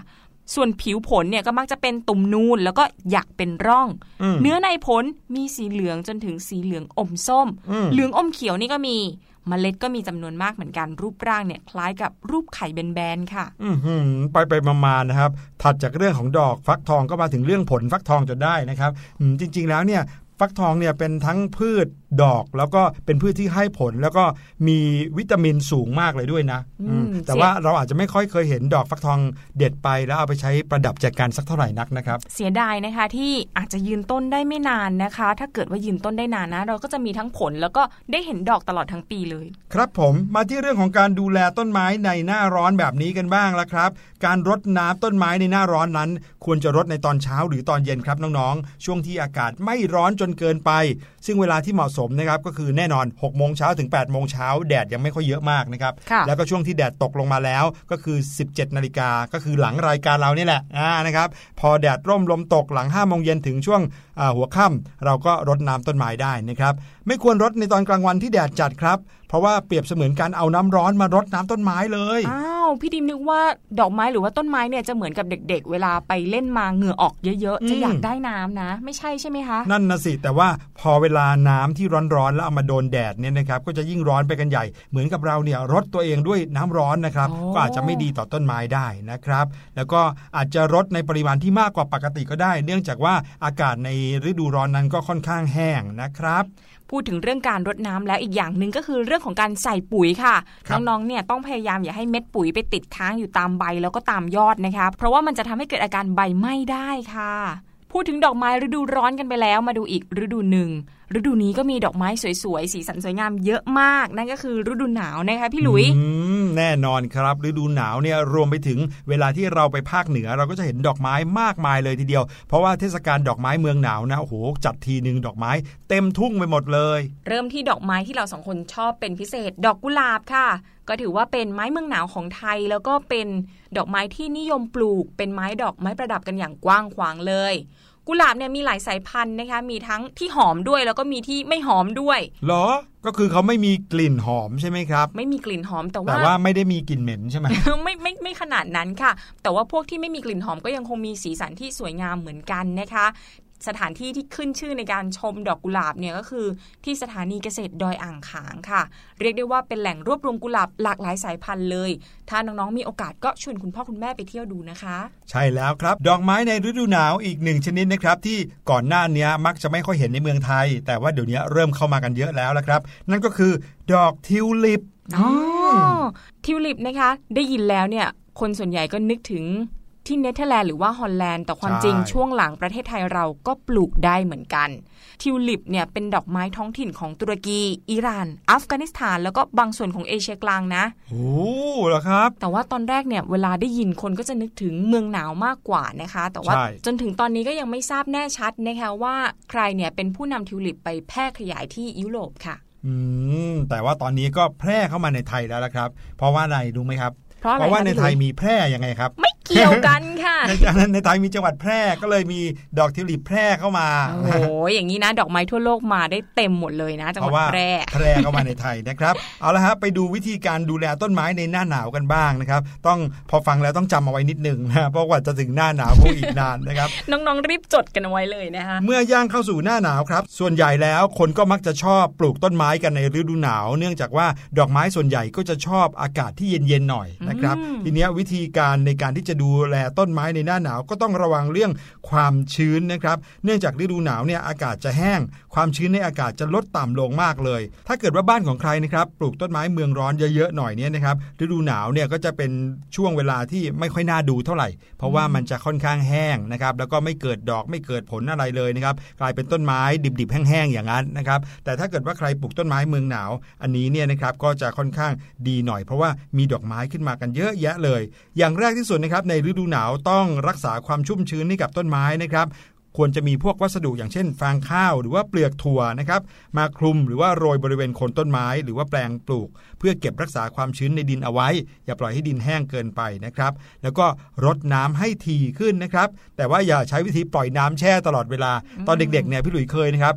ส่วนผิวผลเนี่ยก็มักจะเป็นตุ่มนูนแล้วก็หยักเป็นร่องเนื้อในผลมีสีเหลืองจนถึงสีเหลืองอมส้มเหลืองอมเขียวนี่ก็มีเมล็ดก็มีจำนวนมากเหมือนกันรูปร่างเนี่ยคล้ายกับรูปไข่แบนๆค่ะ
ไปมานะครับถัดจากเรื่องของดอกฟักทองก็มาถึงเรื่องผลฟักทองจนได้นะครับจริงๆแล้วเนี่ยฟักทองเนี่ยเป็นทั้งพืชดอกแล้วก็เป็นพืชที่ให้ผลแล้วก็มีวิตามินสูงมากเลยด้วยนะแต่ว่าเราอาจจะไม่ค่อยเคยเห็นดอกฟักทองเด็ดไปแล้วเอาไปใช้ประดับแจกันสักเท่าไหร่นักนะครับ
เสียดายนะคะที่อาจจะยืนต้นได้ไม่นานนะคะถ้าเกิดว่ายืนต้นได้นานนะเราก็จะมีทั้งผลแล้วก็ได้เห็นดอกตลอดทั้งปีเลย
ครับผมมาที่เรื่องของการดูแลต้นไม้ในหน้าร้อนแบบนี้กันบ้างละครับการรดน้ำต้นไม้ในหน้าร้อนนั้นควรจะรดในตอนเช้าหรือตอนเย็นครับน้องๆช่วงที่อากาศไม่ร้อนจนเกินไปซึ่งเวลาที่เหมาะสมนะครับก็คือแน่นอน 6 โมงเช้าถึง 8 โมงเช้าแดดยังไม่ค่อยเยอะมากนะครับแล้วก็ช่วงที่แดดตกลงมาแล้วก็คือ 17 นาฬิกาก็คือหลังรายการเรานี่แหละนะครับพอแดดร่มลมตกหลัง 5 โมงเย็นถึงช่วงหัวค่ำเราก็รดน้ำต้นไม้ได้นะครับไม่ควรรดในตอนกลางวันที่แดดจัดครับเพราะว่าเปรียบเสมือนการเอาน้ำร้อนมารดน้ำต้นไม้เลย
พี่ดิมนึกว่าดอกไม้หรือว่าต้นไม้เนี่ยจะเหมือนกับเด็กๆเวลาไปเล่นมาเหงื่อออกเยอะๆจะอยากได้น้ำนะไม่ใช่ใช่ไหมคะ
นั่นนะสิแต่ว่าพอเวลาน้ำที่ร้อนๆแล้วเอามาโดนแดดเนี่ยนะครับก็จะยิ่งร้อนไปกันใหญ่เหมือนกับเราเนี่ยรดตัวเองด้วยน้ำร้อนนะครับก็อาจจะไม่ดีต่อต้นไม้ได้นะครับแล้วก็อาจจะรดในปริมาณที่มากกว่าปกติก็ได้เนื่องจากว่าอากาศในฤดูร้อนนั้นก็ค่อนข้างแห้งนะครับ
พูดถึงเรื่องการรดน้ำแล้วอีกอย่างนึงก็คือเรื่องของการใส่ปุ๋ยค่ะน้องๆเนี่ยต้องพยายามอย่าให้เม็ดปุ๋ยไปติดค้างอยู่ตามใบแล้วก็ตามยอดนะคะเพราะว่ามันจะทำให้เกิดอาการใบไหม้ได้ค่ะพูดถึงดอกไม้ฤดูร้อนกันไปแล้วมาดูอีกฤดูหนึ่งฤดูนี้ก็มีดอกไม้สวยๆสีสันสวยงามเยอะมากนั่นก็คือฤดูหนาวนะคะพี่หลุย
แน่นอนครับฤดูหนาวเนี่ยรวมไปถึงเวลาที่เราไปภาคเหนือเราก็จะเห็นดอกไม้มากมายเลยทีเดียวเพราะว่าเทศกาลดอกไม้เมืองหนาวนะโอ้โหจัดทีนึงดอกไม้เต็มทุ่งไปหมดเลย
เริ่มที่ดอกไม้ที่เราสองคนชอบเป็นพิเศษดอกกุหลาบค่ะก็ถือว่าเป็นไม้เมืองหนาวของไทยแล้วก็เป็นดอกไม้ที่นิยมปลูกเป็นไม้ดอกไม้ประดับกันอย่างกว้างขวางเลยกุหลาบเนี่ยมีหลายสายพันธุ์นะคะมีทั้งที่หอมด้วยแล้วก็มีที่ไม่หอมด้วย
เหรอก็คือเขาไม่มีกลิ่นหอมใช่ไหมครับ
ไม่มีกลิ่นหอมแต่
ว่าไม่ได้มีกลิ่นเหม็นใช่ไหม
ไม่ขนาดนั้นค่ะแต่ว่าพวกที่ไม่มีกลิ่นหอมก็ยังคงมีสีสันที่สวยงามเหมือนกันนะคะสถานที่ที่ขึ้นชื่อในการชมดอกกุหลาบเนี่ยก็คือที่สถานีเกษตรดอยอ่างขางค่ะเรียกได้ว่าเป็นแหล่งรวบรวมกุหลาบหลากหลายสายพันธุ์เลยถ้าน้องๆมีโอกาสก็ชวนคุณพ่อคุณแม่ไปเที่ยวดูนะคะ
ใช่แล้วครับดอกไม้ในฤดูหนาวอีกหนึ่งชนิดนะครับที่ก่อนหน้านี้มักจะไม่ค่อยเห็นในเมืองไทยแต่ว่าเดี๋ยวนี้เริ่มเข้ามากันเยอะแล้วละครับนั่นก็คือดอกทิวลิป
ทิวลิปนะคะได้ยินแล้วเนี่ยคนส่วนใหญ่ก็นึกถึงที่เนเธอร์แลนด์หรือว่าฮอลแลนด์แต่ความจริงช่วงหลังประเทศไทยเราก็ปลูกได้เหมือนกันทิวลิปเนี่ยเป็นดอกไม้ท้องถิ่นของตุรกีอิหร่านอัฟกานิสถานแล้วก็บางส่วนของเอเชียกลางนะ
โอ้เหรอครับ
แต่ว่าตอนแรกเนี่ยเวลาได้ยินคนก็จะนึกถึงเมืองหนาวมากกว่านะคะแต่ว่าจนถึงตอนนี้ก็ยังไม่ทราบแน่ชัดนะคะว่าใครเนี่ยเป็นผู้นำทิวลิปไปแพร่ขยายที่ยุโรปค่ะ
แต่ว่าตอนนี้ก็แพร่เข้ามาในไทยแล้วละครับเพราะว่าอะไรรู้ไหมครับเพราะว่าในไทยมีแพร่ยังไงครับ
ไม่เกี่ยวกันค่ะ
ในไทยมีจังหวัดแพร่ก็เลยมีดอกทิวลิปแพร่เข้ามา
โอ้ยอย่างนี้นะดอกไม้ทั่วโลกมาได้เต็มหมดเลยนะจังหวัดแพร่
เข้ามาในไทยนะครับเอาละครับไปดูวิธีการดูแลต้นไม้ในหน้าหนาวกันบ้างนะครับต้องพอฟังแล้วต้องจำเอาไว้นิดนึงนะเพราะว่าจะถึงหน้าหนาวคงอีกนานนะครับ
น้องๆรีบจดกันเอาไว้เลยนะคะ
เมื่อย่างเข้าสู่หน้าหนาวครับส่วนใหญ่แล้วคนก็มักจะชอบปลูกต้นไม้กันในฤดูหนาวเนื่องจากว่าดอกไม้ส่วนใหญ่ก็จะชอบอากาศที่เย็นๆหน่อยนะครับทีนี้วิธีการในการที่จะดูแลต้นไม้ในหน้าหนาวก็ต้องระวังเรื่องความชื้นนะครับเนื่องจากฤดูหนาวเนี่ยอากาศจะแห้งความชื้นในอากาศจะลดต่ำลงมากเลยถ้าเกิดว่าบ้านของใครนะครับปลูกต้นไม้เมืองร้อนเยอะๆหน่อยเนี่ยนะครับฤดูหนาวเนี่ยก็จะเป็นช่วงเวลาที่ไม่ค่อยน่าดูเท่าไหร่เพราะว่ามันจะค่อนข้างแห้งนะครับแล้วก็ไม่เกิดดอกไม่เกิดผลอะไรเลยนะครับกลายเป็นต้นไม้ดิบๆแห้งๆอย่างนั้นนะครับแต่ถ้าเกิดว่าใครปลูกต้นไม้เมืองหนาวอันนี้เนี่ยนะครับก็จะค่อนข้างดีหน่อยเพราะว่ามีดอกไม้ขึ้นมากันเยอะแยะเลยอย่างแรกที่สุดนะครับในฤดูหนาวต้องรักษาความชุ่มชื้นให้กับต้นไม้นะครับควรจะมีพวกวัสดุอย่างเช่นฟางข้าวหรือว่าเปลือกถั่วนะครับมาคลุมหรือว่าโรยบริเวณโคนต้นไม้หรือว่าแปลงปลูกเพื่อเก็บรักษาความชื้นในดินเอาไว้อย่าปล่อยให้ดินแห้งเกินไปนะครับแล้วก็รดน้ำให้ถี่ขึ้นนะครับแต่ว่าอย่าใช้วิธีปล่อยน้ำแช่ตลอดเวลาตอนเด็กๆเนี่ยพี่หลุยเคยนะครับ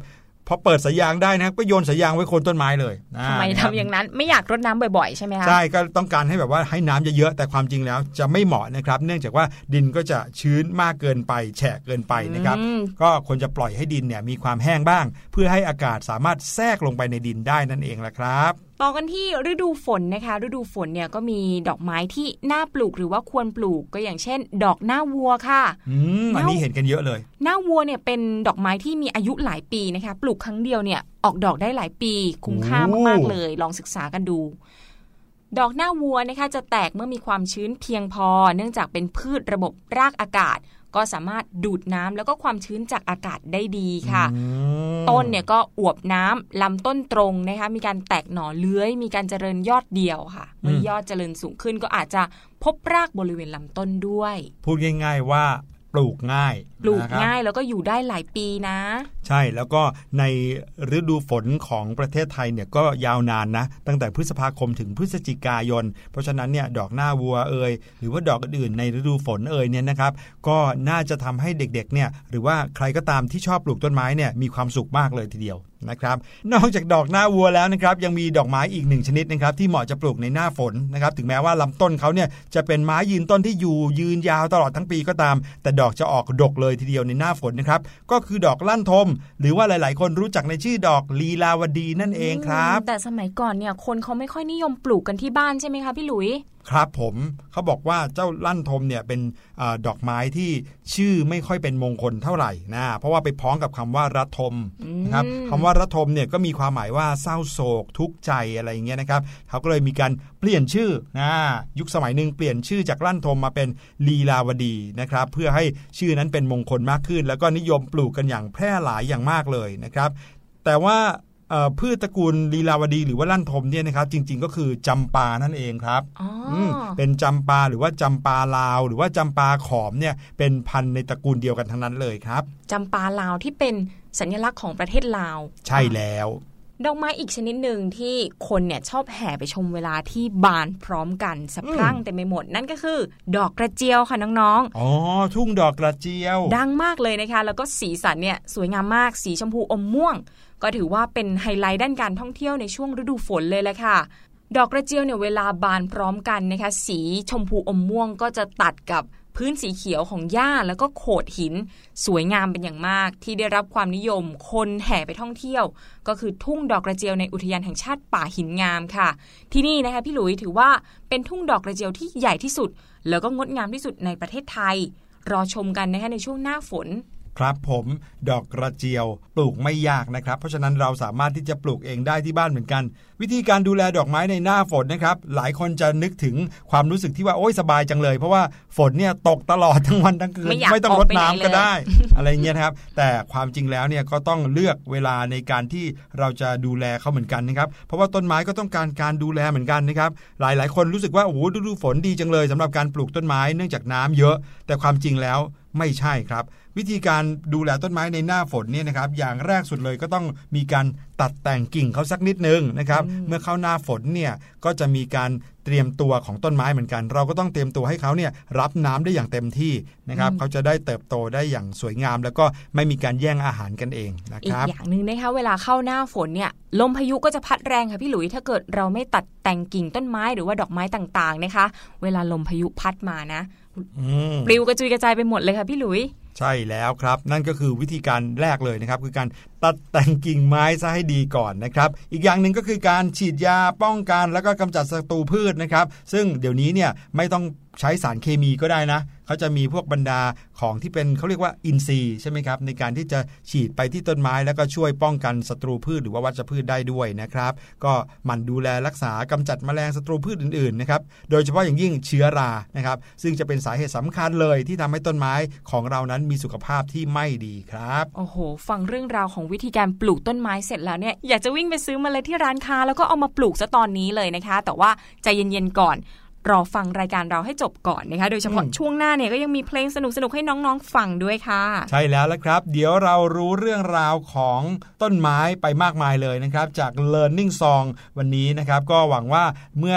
พอเปิดสายยางได้นะก็โยนสายยางไว้โคนต้นไม้เลย
ทำไมทำอย่างนั้นไม่อยากรดน้ำบ่อยๆใช่ไหมคะ
ใช่ก็ต้องการให้แบบว่าให้น้ำเยอะๆแต่ความจริงแล้วจะไม่เหมาะนะครับเนื่องจากว่าดินก็จะชื้นมากเกินไปแฉะเกินไปนะครับก็ควรจะปล่อยให้ดินเนี่ยมีความแห้งบ้างเพื่อให้อากาศสามารถแทรกลงไปในดินได้นั่นเองแหละครับ
ต่อกันที่ฤดูฝนนะคะฤดูฝนเนี่ยก็มีดอกไม้ที่น่าปลูกหรือว่าควรปลูกก็อย่างเช่นดอกหน้าวัวค่ะ
อันนี้เห็นกันเยอะเลย
หน้าวัวเนี่ยเป็นดอกไม้ที่มีอายุหลายปีนะคะปลูกครั้งเดียวเนี่ยออกดอกได้หลายปีคุ้มค่ามากๆเลยลองศึกษากันดูดอกหน้าวัวนะคะจะแตกเมื่อมีความชื้นเพียงพอเนื่องจากเป็นพืชระบบรากอากาศก็สามารถดูดน้ำแล้วก็ความชื้นจากอากาศได้ดีค่ะต้นเนี่ยก็อวบน้ำลำต้นตรงนะคะมีการแตกหน่อเลื้อยมีการเจริญยอดเดียวค่ะเมื่อยอดเจริญสูงขึ้นก็อาจจะพบรากบริเวณลำต้นด้วย
พูดง่ายๆว่าปลูกง่าย
แล้วก็อยู่ได้หลายปีนะ
ใช่แล้วก็ในฤดูฝนของประเทศไทยเนี่ยก็ยาวนานนะตั้งแต่พฤษภาคมถึงพฤศจิกายนเพราะฉะนั้นเนี่ยดอกหน้าวัวหรือว่าดอกอื่นในฤดูฝนเนี่ยนะครับก็น่าจะทำให้เด็กๆเนี่ยหรือว่าใครก็ตามที่ชอบปลูกต้นไม้เนี่ยมีความสุขมากเลยทีเดียวนะครับนอกจากดอกหน้าวัวแล้วนะครับยังมีดอกไม้อีกหนึ่งชนิดนะครับที่เหมาะจะปลูกในหน้าฝนนะครับถึงแม้ว่าลำต้นเขาเนี่ยจะเป็นไม้ยืนต้นที่ยืนยาวตลอดทั้งปีก็ตามแต่ดอกจะออกดกเลยทีเดียวในหน้าฝนนะครับก็คือดอกลั่นทมหรือว่าหลายๆคนรู้จักในชื่อดอกลีลาวดีนั่นเองครับ
แต่สมัยก่อนเนี่ยคนเขาไม่ค่อยนิยมปลูกกันที่บ้านใช่ไหมคะพี่หลุย
ครับผมเขาบอกว่าเจ้าลั่นทมเนี่ยเป็นดอกไม้ที่ชื่อไม่ค่อยเป็นมงคลเท่าไหร่นะเพราะว่าไปพ้องกับคำว่าระทมนะครับคำว่าระทมเนี่ยก็มีความหมายว่าเศร้าโศกทุกข์ใจอะไรอย่างเงี้ยนะครับเขาก็เลยมีการเปลี่ยนชื่อยุคสมัยหนึ่งเปลี่ยนชื่อจากลั่นทมมาเป็นลีลาวดีนะครับเพื่อให้ชื่อนั้นเป็นมงคลมากขึ้นแล้วก็นิยมปลูกกันอย่างแพร่หลายอย่างมากเลยนะครับแต่ว่าพืชตระกูลลีลาวดีหรือว่าลั่นทมเนี่ยนะครับจริงๆก็คือจำปานั่นเองครับเป็นจำปาหรือว่าจำปาลาวหรือว่าจำปาขอมเนี่ยเป็นพันธุ์ในตระกูลเดียวกันทั้งนั้นเลยครับ
จำปาลาวที่เป็นสัญลักษณ์ของประเทศลาว
ใช่แล้ว
ดอกไม้อีกชนิดหนึ่งที่คนเนี่ยชอบแห่ไปชมเวลาที่บานพร้อมกันสะพรั่งเต็มไปหมดนั่นก็คือดอกกระเจียวค่ะน้อง
ๆอ๋อทุ่งดอกกระเจียว
ดังมากเลยนะคะแล้วก็สีสันเนี่ยสวยงามมากสีชมพูอมม่วงก็ถือว่าเป็นไฮไลท์ด้านการท่องเที่ยวในช่วงฤดูฝนเลยแหละค่ะดอกกระเจียวเนี่ยเวลาบานพร้อมกันนะคะสีชมพูอมม่วงก็จะตัดกับพื้นสีเขียวของหญ้าแล้วก็โขดหินสวยงามเป็นอย่างมากที่ได้รับความนิยมคนแห่ไปท่องเที่ยวก็คือทุ่งดอกกระเจียวในอุทยานแห่งชาติป่าหินงามค่ะที่นี่นะคะพี่หลุยถือว่าเป็นทุ่งดอกกระเจียวที่ใหญ่ที่สุดแล้วก็งดงามที่สุดในประเทศไทยรอชมกันนะคะในช่วงหน้าฝน
ครับผมดอกกระเจียวปลูกไม่ยากนะครับเพราะฉะนั้นเราสามารถที่จะปลูกเองได้ที่บ้านเหมือนกันวิธีการดูแลดอกไม้ในหน้าฝนนะครับหลายคนจะนึกถึงความรู้สึกที่ว่าโอ๊ยสบายจังเลยเพราะว่าฝนเนี่ยตกตลอดทั้งวันทั้งคืนไม่ต้องรดน้ำก็ได้ อะไรเงี้ยครับแต่ความจริงแล้วเนี่ยก็ต้องเลือกเวลาในการที่เราจะดูแลเขาเหมือนกันนะครับเพราะว่าต้นไม้ก็ต้องการดูแลเหมือนกันนะครับหลายคนรู้สึกว่าโอ้โหฤดูฝนดีจังเลยสำหรับการปลูกต้นไม้เนื่องจากน้ำเยอะแต่ความจริงแล้วไม่ใช่ครับวิธีการดูแลต้นไม้ในหน้าฝนเนี่ยนะครับอย่างแรกสุดเลยก็ต้องมีการตัดแต่งกิ่งเขาสักนิดนึงนะครับเมื่อเข้าหน้าฝนเนี่ยก็จะมีการเตรียมตัวของต้นไม้เหมือนกันเราก็ต้องเตรียมตัวให้เขาเนี่ยรับน้ำได้อย่างเต็มที่นะครับเขาจะได้เติบโตได้อย่างสวยงามแล้วก็ไม่มีการแย่งอาหารกันเองนะครับ
อีกอย่างนึงนะคะเวลาเข้าหน้าฝนเนี่ยลมพายุก็จะพัดแรงค่ะพี่หลุยถ้าเกิดเราไม่ตัดแต่งกิ่งต้นไม้หรือว่าดอกไม้ต่างๆนะคะเวลาลมพายุพัดมานะปลิวกระจุยกระจายไปหมดเลยค่ะพี่หลุย
ใช่แล้วครับนั่นก็คือวิธีการแรกเลยนะครับคือการตัดแต่งกิ่งไม้ซะให้ดีก่อนนะครับอีกอย่างหนึ่งก็คือการฉีดยาป้องกันแล้วก็กำจัดศัตรูพืชนะครับซึ่งเดี๋ยวนี้เนี่ยไม่ต้องใช้สารเคมีก็ได้นะเขาจะมีพวกบรรดาของที่เป็นเขาเรียกว่าอินทรีย์ใช่ไหมครับในการที่จะฉีดไปที่ต้นไม้แล้วก็ช่วยป้องกันศัตรูพืชหรือว่าวัชพืชได้ด้วยนะครับก็หมั่นดูแลรักษากำจัดแมลงศัตรูพืชอื่นๆนะครับโดยเฉพาะอย่างยิ่งเชื้อรานะครับซึ่งจะเป็นสาเหตุสำคัญเลยที่ทำให้ต้นไม้ของเรานั้นมีสุขภาพที่ไม่ดีครับ
โอ้โหฟังเรื่องราวของวิธีการปลูกต้นไม้เสร็จแล้วเนี่ยอยากจะวิ่งไปซื้อเมล็ดที่ร้านค้าแล้วก็เอามาปลูกซะตอนนี้เลยนะคะแต่ว่าใจเย็นๆก่อนรอฟังรายการเราให้จบก่อนนะคะโดยเฉพาะช่วงหน้าเนี่ยก็ยังมีเพลงสนุกๆให้น้องๆฟังด้วยค่ะ
ใช่แล้วละครับเดี๋ยวเรารู้เรื่องราวของต้นไม้ไปมากมายเลยนะครับจาก Learning Song วันนี้นะครับก็หวังว่าเมื่อ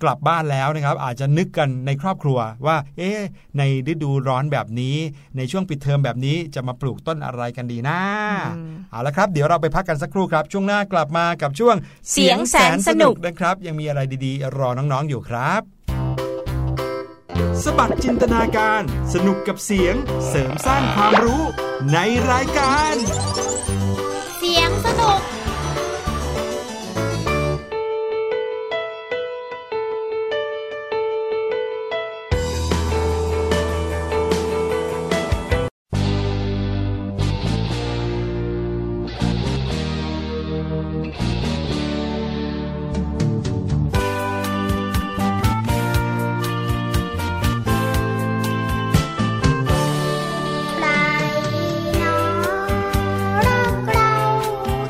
กลับบ้านแล้วนะครับอาจจะนึกกันในครอบครัวว่าในฤดูร้อนแบบนี้ในช่วงปิดเทอมแบบนี้จะมาปลูกต้นอะไรกันดีนะเอาละครับเดี๋ยวเราไปพักกันสักครู่ครับช่วงหน้ากลับมากับช่วง
เสียงแสนสนุก
นะครับยังมีอะไรดีๆรอน้องๆอยู่ครับสบัดจินตนาการสนุกกับเสียงเสริมสร้างความรู้ในรายการ
เสียงสนุกใครน้อรักเรา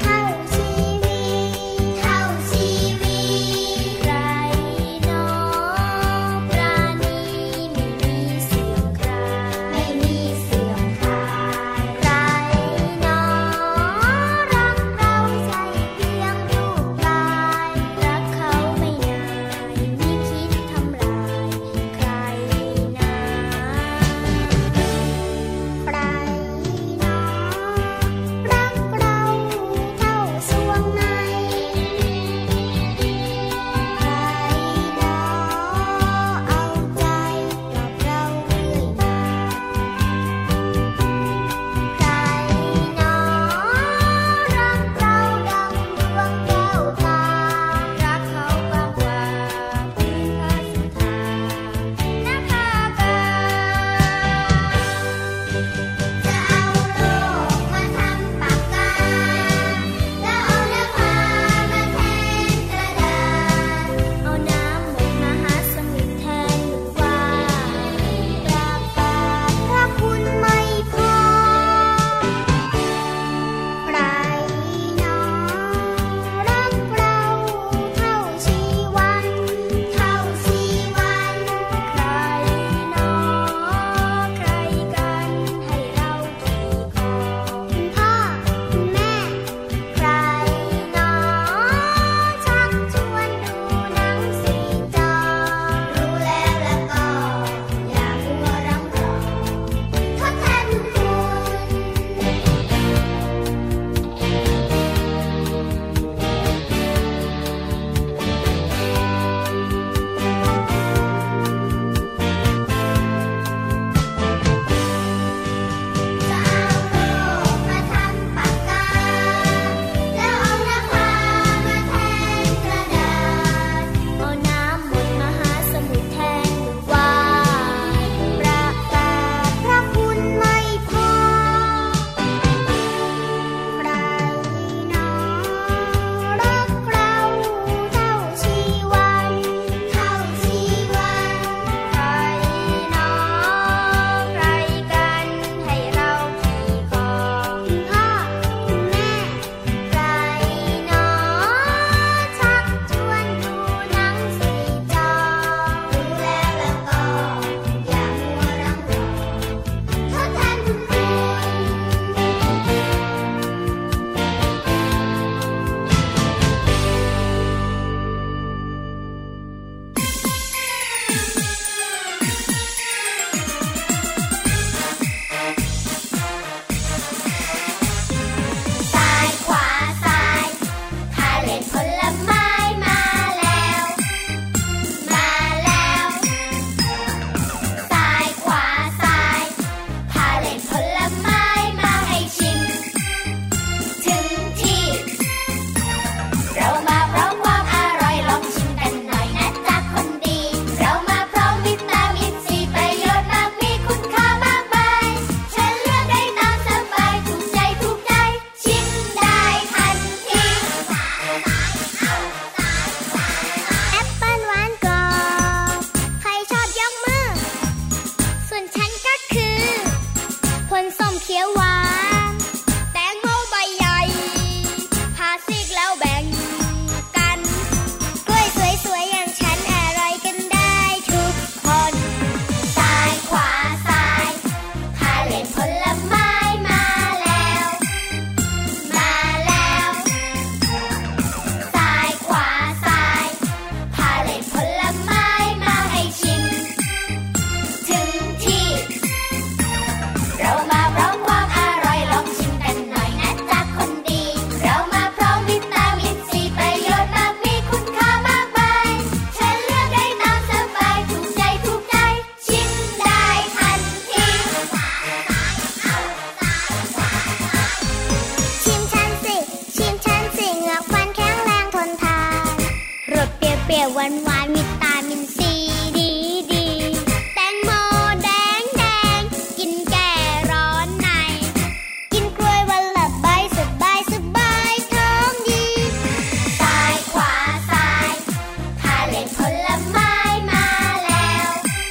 รี้ยวหวานๆวิตามินซีดีแตงโมแดงกินแก้ร้อนในกินกล้วยวันละใบสบายท้องดีซ้ายขวาซ้ายพาเล่นผลไม้มาแล้ว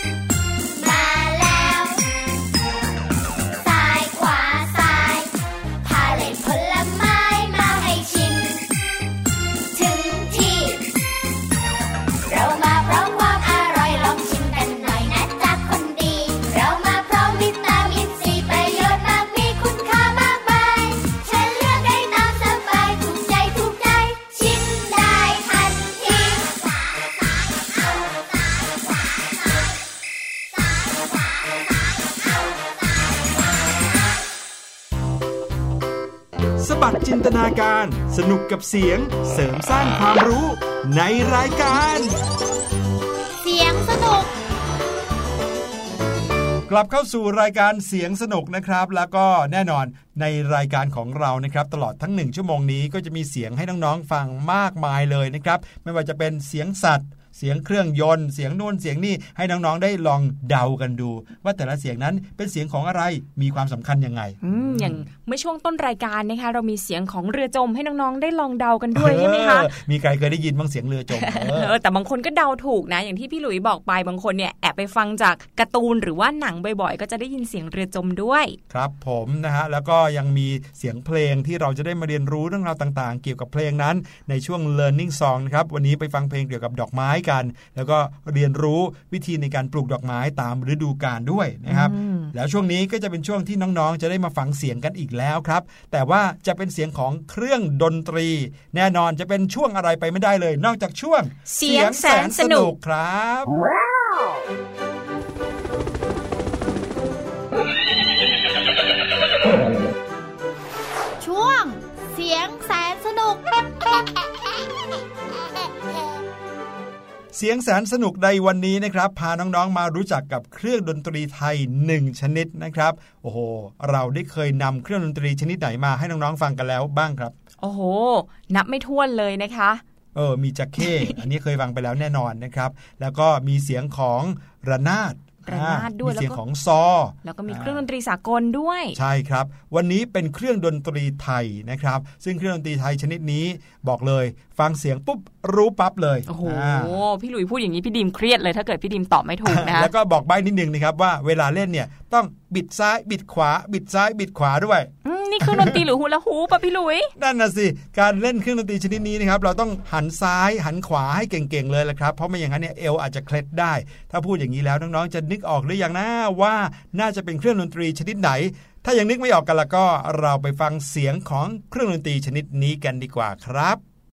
ซ้ายขวาซ้ายพาเล่นผลไม้มาให้ชิมถึงที่เรามาพร้อมความอร่อยลองชิมกันหน่อยนะจ๊ะคนดีเรามาพร้อมวิตามินซีประโยชน์มากมีคุณค่ามากมายฉันเลือกได้ตามสบายถูกใจชิมได้ทันที
สบัดจินตนาการสนุกกับเสียงเสริมสร้างความรู้ในรายการ
เสียงสนุก
กลับเข้าสู่รายการเสียงสนุกนะครับแล้วก็แน่นอนในรายการของเรานะครับตลอดทั้ง1ชั่วโมงนี้ก็จะมีเสียงให้น้องๆฟังมากมายเลยนะครับไม่ว่าจะเป็นเสียงสัตว์เสียงเครื่องยนต์เสียงนู่นเสียงนี่ให้น้องๆได้ลองเดากันดูว่าแต่ละเสียงนั้นเป็นเสียงของอะไรมีความสำคัญยังไง
อย่างเมื่อช่วงต้นรายการนะคะเรามีเสียงของเรือจมให้น้องๆได้ลองเดากันด้วยใช่ไหมคะ
มีใครเคยได้ยินบ้างเสียงเรือจม
แต่บางคนก็เดาถูกนะอย่างที่พี่หลุยบอกไปบางคนเนี่ยแอบไปฟังจากการ์ตูนหรือว่าหนังบ่อยๆก็จะได้ยินเสียงเรือจมด้วย
ครับผมนะฮะแล้วก็ยังมีเสียงเพลงที่เราจะได้มาเรียนรู้เรื่องราวต่างๆเกี่ยวกับเพลงนั้นในช่วง Learning Song นะครับวันนี้ไปฟังเพลงเกี่ยวกับดอกไม้กันแล้วก็เรียนรู้วิธีในการปลูกดอกไม้ตามฤดูกาลด้วยนะครับแล้วช่วงนี้ก็จะเป็นช่วงที่น้องๆจะได้มาฟังเสียงกันอีกแล้วครับแต่ว่าจะเป็นเสียงของเครื่องดนตรีแน่นอนจะเป็นช่วงอะไรไปไม่ได้เลยนอกจากช่วง
เสียงแสนสนุก
ครับ
ช่วงเสียงแสนสนุก
เสียงแสนสนุกในวันนี้นะครับพาน้องๆมารู้จักกับเครื่องดนตรีไทย1ชนิดนะครับโอ้โหเราได้เคยนำเครื่องดนตรีชนิดไหนมาให้น้องๆฟังกันแล้วบ้างครับ
โอ้โหนับไม่ถ้วนเลยนะคะ
มีจักเข้ อันนี้เคยฟังไปแล้วแน่นอนนะครับแล้วก็มีเสียงของระนาด
ด้วย
มีเสียงของซอ
แล้วก็มีเครื่องดนตรีสากลด้วย
ใช่ครับวันนี้เป็นเครื่องดนตรีไทยนะครับซึ่งเครื่องดนตรีไทยชนิดนี้บอกเลยฟังเสียงปุ๊บรู้ปั๊บเลย
โอ้โหพี่หลุยพูดอย่างนี้พี่ดิมเครียดเลยถ้าเกิดพี่ดิมตอบไม่ถูกนะ
แล้วก็บอกใบ้นิดนึงนะครับว่าเวลาเล่นเนี่ยต้องบิดซ้ายบิดขวาบิดซ้ายบิดขวาด้วย
นี่เครื่องดนตรีหรือฮูลาฮูปป่ะพี่หลุย
นั่นน่ะสิการเล่นเครื่องดนตรีชนิดนี้นะครับเราต้องหันซ้ายหันขวาให้เก่งๆเลยละครับเพราะไม่อย่างนั้นเนี่ยเอวอาจจะเคล็ดได้ถ้าพูดอย่างนี้แล้วน้องๆจะนึกออกหรือยังนะว่าน่าจะเป็นเครื่องดนตรีชนิดไหนถ้ายังนึกไม่ออกกันแล้วก็เราไปฟังเสียงของเครื่องดนตรีชนิดนี้กันดีกว่าครับ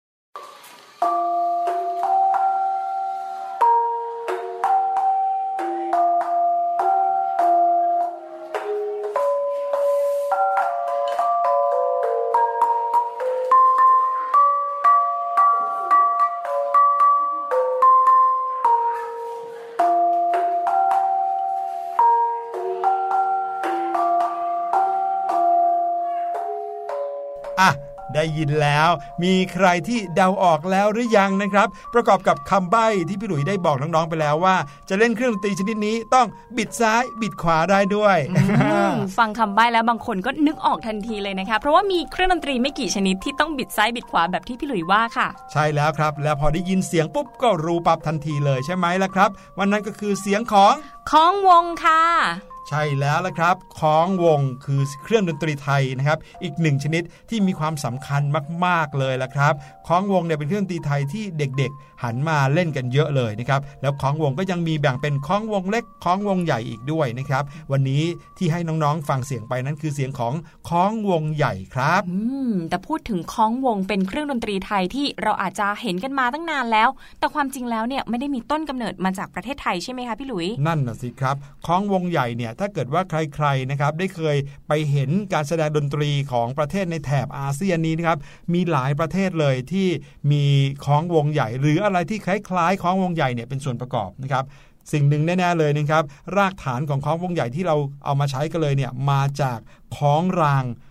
ได้ยินแล้วมีใครที่เดาออกแล้วหรือยังนะครับประกอบกับคำใบ้ที่พี่หลุยได้บอกน้องๆไปแล้วว่าจะเล่นเครื่องดนตรีชนิดนี้ต้องบิดซ้ายบิดขวาได้ด้วย
ฟังคำใบ้แล้วบางคนก็นึกออกทันทีเลยนะคะเพราะว่ามีเครื่องดนตรีไม่กี่ชนิดที่ต้องบิดซ้ายบิดขวาแบบที่พี่หลุยว่าค่ะ
ใช่แล้วครับแล้วพอได้ยินเสียงปุ๊บก็รู้ปั๊บทันทีเลยใช่ไหมล่ะครับวันนั้นก็คือเสียงของ
ค้องวงค่ะ
ใช่แล้วละครับค้องวงคือเครื่องดนตรีไทยนะครับอีก1ชนิดที่มีความสำคัญมากๆเลยละครับค้องวงเนี่ยเป็นเครื่องดนตรีไทยที่เด็กๆหันมาเล่นกันเยอะเลยนะครับแล้วค้องวงก็ยังมีแบ่งเป็นค้องวงเล็กค้องวงใหญ่อีกด้วยนะครับวันนี้ที่ให้น้องๆฟังเสียงไปนั้นคือเสียงของค้องวงใหญ่ครับ
แต่พูดถึงค้องวงเป็นเครื่องดนตรีไทยที่เราอาจจะเห็นกันมาตั้งนานแล้วแต่ความจริงแล้วเนี่ยไม่ได้มีต้นกำเนิดมาจากประเทศไทยใช่ไหมคะพี่หลุย
นั่นน่ะสิครับค้องวงใหญ่เนี่ยถ้าเกิดว่าใครๆนะครับได้เคยไปเห็นการแสดงดนตรีของประเทศในแถบอาเซียนนี้นะครับมีหลายประเทศเลยที่มีค้องวงใหญ่หรืออะไรที่คล้ายๆค้องวงใหญ่เนี่ยเป็นส่วนประกอบนะครับสิ่งหนึ่งแน่ๆเลยนะครับรากฐานของค้องวงใหญ่ที่เราเอามาใช้กันเลยเนี่ยมาจากค้องราง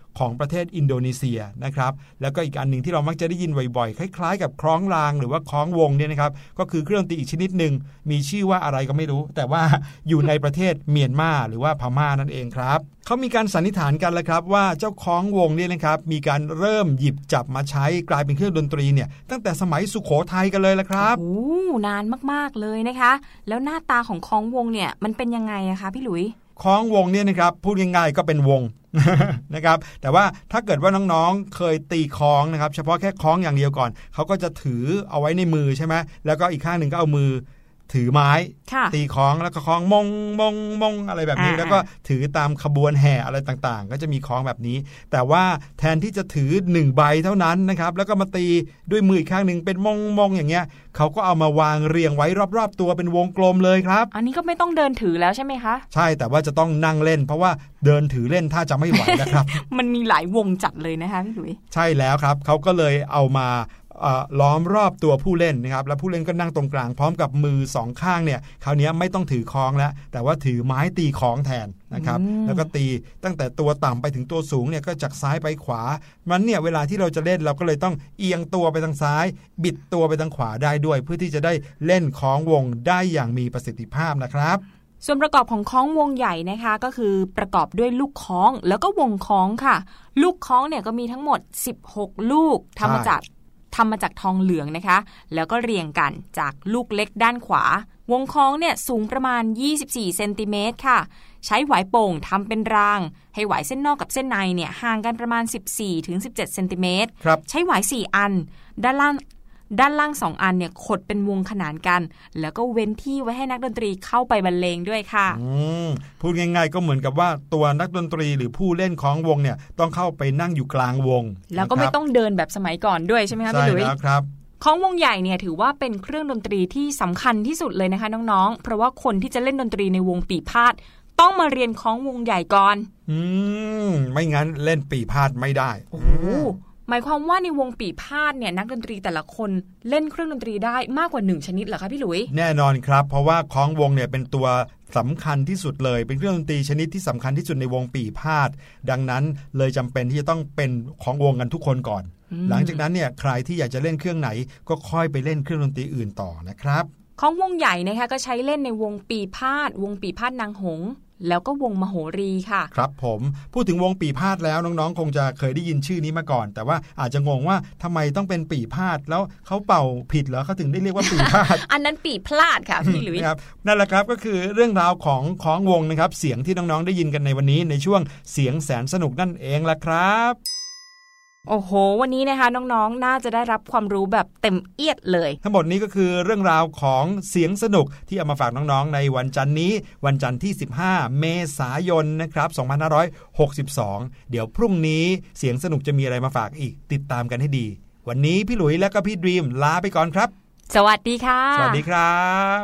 ของประเทศอินโดนีเซียนะครับแล้วก็อีกอันนึงที่เรามักจะได้ยินบ่อยๆคล้ายๆกับคล้องรางหรือว่าคล้องวงเนี่ยนะครับก็คือเครื่องดนตรีอีกชนิดนึงมีชื่อว่าอะไรก็ไม่รู้แต่ว่าอยู่ในประเทศเมียนมาหรือว่าพม่านั่นเองครับเขามีการสันนิษฐานกันแล้วครับว่าเจ้าคล้องวงเนี่ยนะครับมีการเริ่มหยิบจับมาใช้กลายเป็นเครื่องดนตรีเนี่ยตั้งแต่สมัยสุโขทัยกันเลยละครับ
โอ้นานมากๆเลยนะคะแล้วหน้าตาของคล้องวงเนี่ยมันเป็นยังไงอะคะพี่หลุย
คล้องวงเนี่ยนะครับพูดง่ายๆก็เป็นวง นะครับแต่ว่าถ้าเกิดว่าน้องๆเคยตีคล้องนะครับเฉพาะแค่คล้องอย่างเดียวก่อนเขาก็จะถือเอาไว้ในมือใช่ไหมแล้วก็อีกข้างหนึ่งก็เอามือถือไม้ตีคล้องแล้วก็คล้องมงอะไรแบบนี้แล้วก็ถือตามขบวนแห่อะไรต่างๆก็จะมีคล้องแบบนี้แต่ว่าแทนที่จะถือ1ใบเท่านั้นนะครับแล้วก็มาตีด้วยมืออีกข้างนึงเป็นมงอย่างเงี้ยเขาก็เอามาวางเรียงไว้รอบๆตัวเป็นวงกลมเลยครับ
อันนี้ก็ไม่ต้องเดินถือแล้วใช่ไหมคะ
ใช่แต่ว่าจะต้องนั่งเล่นเพราะว่าเดินถือเล่นถ้าจะไม่ไหวนะครับ
มันมีหลายวงจัดเลยนะคะพี่หลุย
ใช่แล้วครับเขาก็เลยเอามาล้อมรอบตัวผู้เล่นนะครับแล้วผู้เล่นก็นั่งตรงกลางพร้อมกับมือ2ข้างเนี่ยคราวนี้ไม่ต้องถือคล้องแล้วแต่ว่าถือไม้ตีคล้องแทนนะครับแล้วก็ตีตั้งแต่ตัวต่ำไปถึงตัวสูงเนี่ยก็จากซ้ายไปขวามันเนี่ยเวลาที่เราจะเล่นเราก็เลยต้องเอียงตัวไปทางซ้ายบิดตัวไปทางขวาได้ด้วยเพื่อที่จะได้เล่นคล้องวงได้อย่างมีประสิทธิภาพนะครับ
ส่วนประกอบของคล้องวงใหญ่นะคะก็คือประกอบด้วยลูกคล้องแล้วก็วงคล้องค่ะลูกคล้องเนี่ยก็มีทั้งหมด16ลูกทำมาจากทองเหลืองนะคะแล้วก็เรียงกันจากลูกเล็กด้านขวาวงคล้องเนี่ยสูงประมาณ24เซนติเมตรค่ะใช้หวายโป่งทำเป็นรางให้หวายเส้นนอกกับเส้นในเนี่ยห่างกันประมาณ14ถึง17เซนติเมตรใช้หวาย4อันด้านล่าง2อันเนี่ยขดเป็นวงขนานกันแล้วก็เว้นที่ไว้ให้นักดนตรีเข้าไปบรรเลงด้วยค่ะ
พูดง่ายๆก็เหมือนกับว่าตัวนักดนตรีหรือผู้เล่นคล้องวงเนี่ยต้องเข้าไปนั่งอยู่กลางวง
แล้วก็ไม่ต้องเดินแบบสมัยก่อนด้วยใช่ไหมคะพี่หลุย
ใช่แล้วครับ
คล้องวงใหญ่เนี่ยถือว่าเป็นเครื่องดนตรีที่สำคัญที่สุดเลยนะคะน้องๆเพราะว่าคนที่จะเล่นดนตรีในวงปีพาดต้องมาเรียนคล้องวงใหญ่ก่อน
ไม่งั้นเล่นปีพาดไม่ได้
หมายความว่าในวงปีพาดเนี่ยนักดนตรีแต่ละคนเล่นเครื่องดนตรีได้มากกว่า1ชนิดเหรอคะพี่หลุย
แน่นอนครับเพราะว่าคล้องวงเนี่ยเป็นตัวสำคัญที่สุดเลยเป็นเครื่องดนตรีชนิดที่สำคัญที่สุดในวงปีพาดดังนั้นเลยจำเป็นที่จะต้องเป็นคล้องวงกันทุกคนก่อนหลังจากนั้นเนี่ยใครที่อยากจะเล่นเครื่องไหนก็ค่อยไปเล่นเครื่องดนตรีอื่นต่อนะครับ
คล้องวงใหญ่นะคะก็ใช้เล่นในวงปีพาดวงปีพาดนางหงส์แล้วก็วงมโหรีค่ะ
ครับผมพูดถึงวงปีพาดแล้วน้องๆคงจะเคยได้ยินชื่อนี้มาก่อนแต่ว่าอาจจะงงว่าทำไมต้องเป็นปีพาดแล้วเขาเป่าผิดเหรอเขาถึงได้เรียกว่าปีพาด
อันนั้นปีพลาดค่ะพี่หลุย
ครับนั่นแหละครับก็คือเรื่องราวของคล้องวงนะครับเสียงที่น้องๆได้ยินกันในวันนี้ในช่วงเสียงแสนสนุกนั่นเองล่ะครับ
โอ้โหวันนี้นะคะน้องๆน่าจะได้รับความรู้แบบเต็มเอียดเลย
ทั้งหมดนี้ก็คือเรื่องราวของเสียงสนุกที่เอามาฝากน้องๆในวันจันทร์นี้วันจันทร์ที่15เมษายนนะครับ2562เดี๋ยวพรุ่งนี้เสียงสนุกจะมีอะไรมาฝากอีกติดตามกันให้ดีวันนี้พี่หลุยและก็พี่ดรีมลาไปก่อนครับ
สวัสดีค่ะ
สวัสดีครับ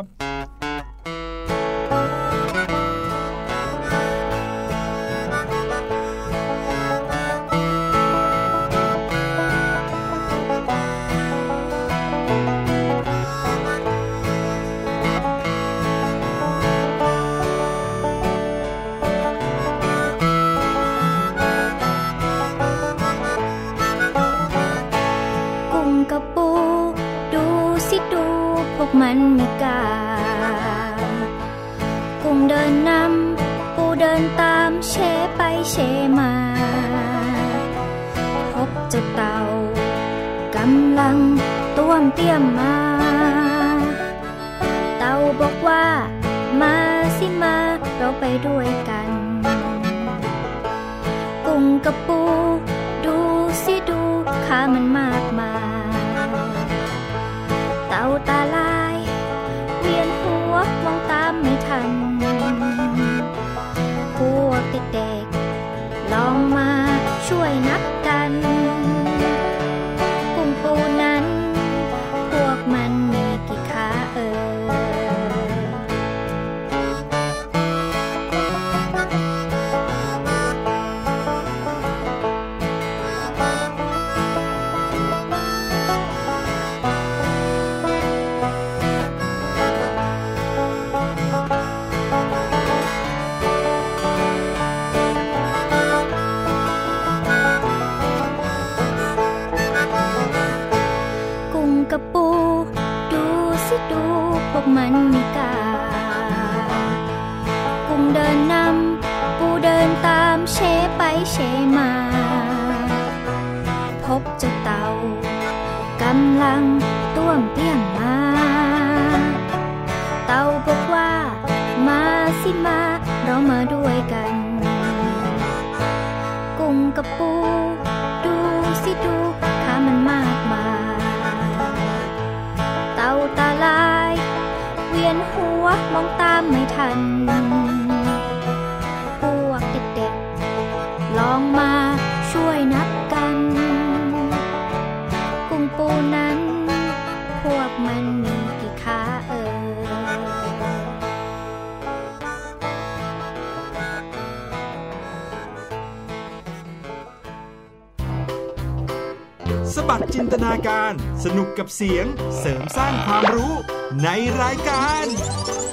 มันไม่กล้ากุ้งเดินนำปูเดินตามเชไปเชมาพบเจ้าเต่ากำลังต้วมเตี้ยมมาเต่าบอกว่ามาสิมาเราไปด้วยกันกุ้งกับปูดูสิดูข้ามันมากมายเต่าตาลายเวียนหัวมองตามไม่ทันพวกเด็กๆลองมาช่วยนับกันกุ้งปูนั้นพวกมันมีกี่ขา
มาพบเจ้าเต่ากำลังต้วมเตี้ยมมาเต่าบอกว่ามาสิมาเรามาด้วยกันกุ้งกับปูดูสิดูข้ามันมากมายเต่าตาลายเวียนหัวมองตามไม่ทันพวกเด็กๆลองมาช่วยนับกันกุ้งปูนั้นพวกมันมีกี่ขา
สบัดจินตนาการสนุกกับเสียงเสริมสร้างความรู้ในรายการ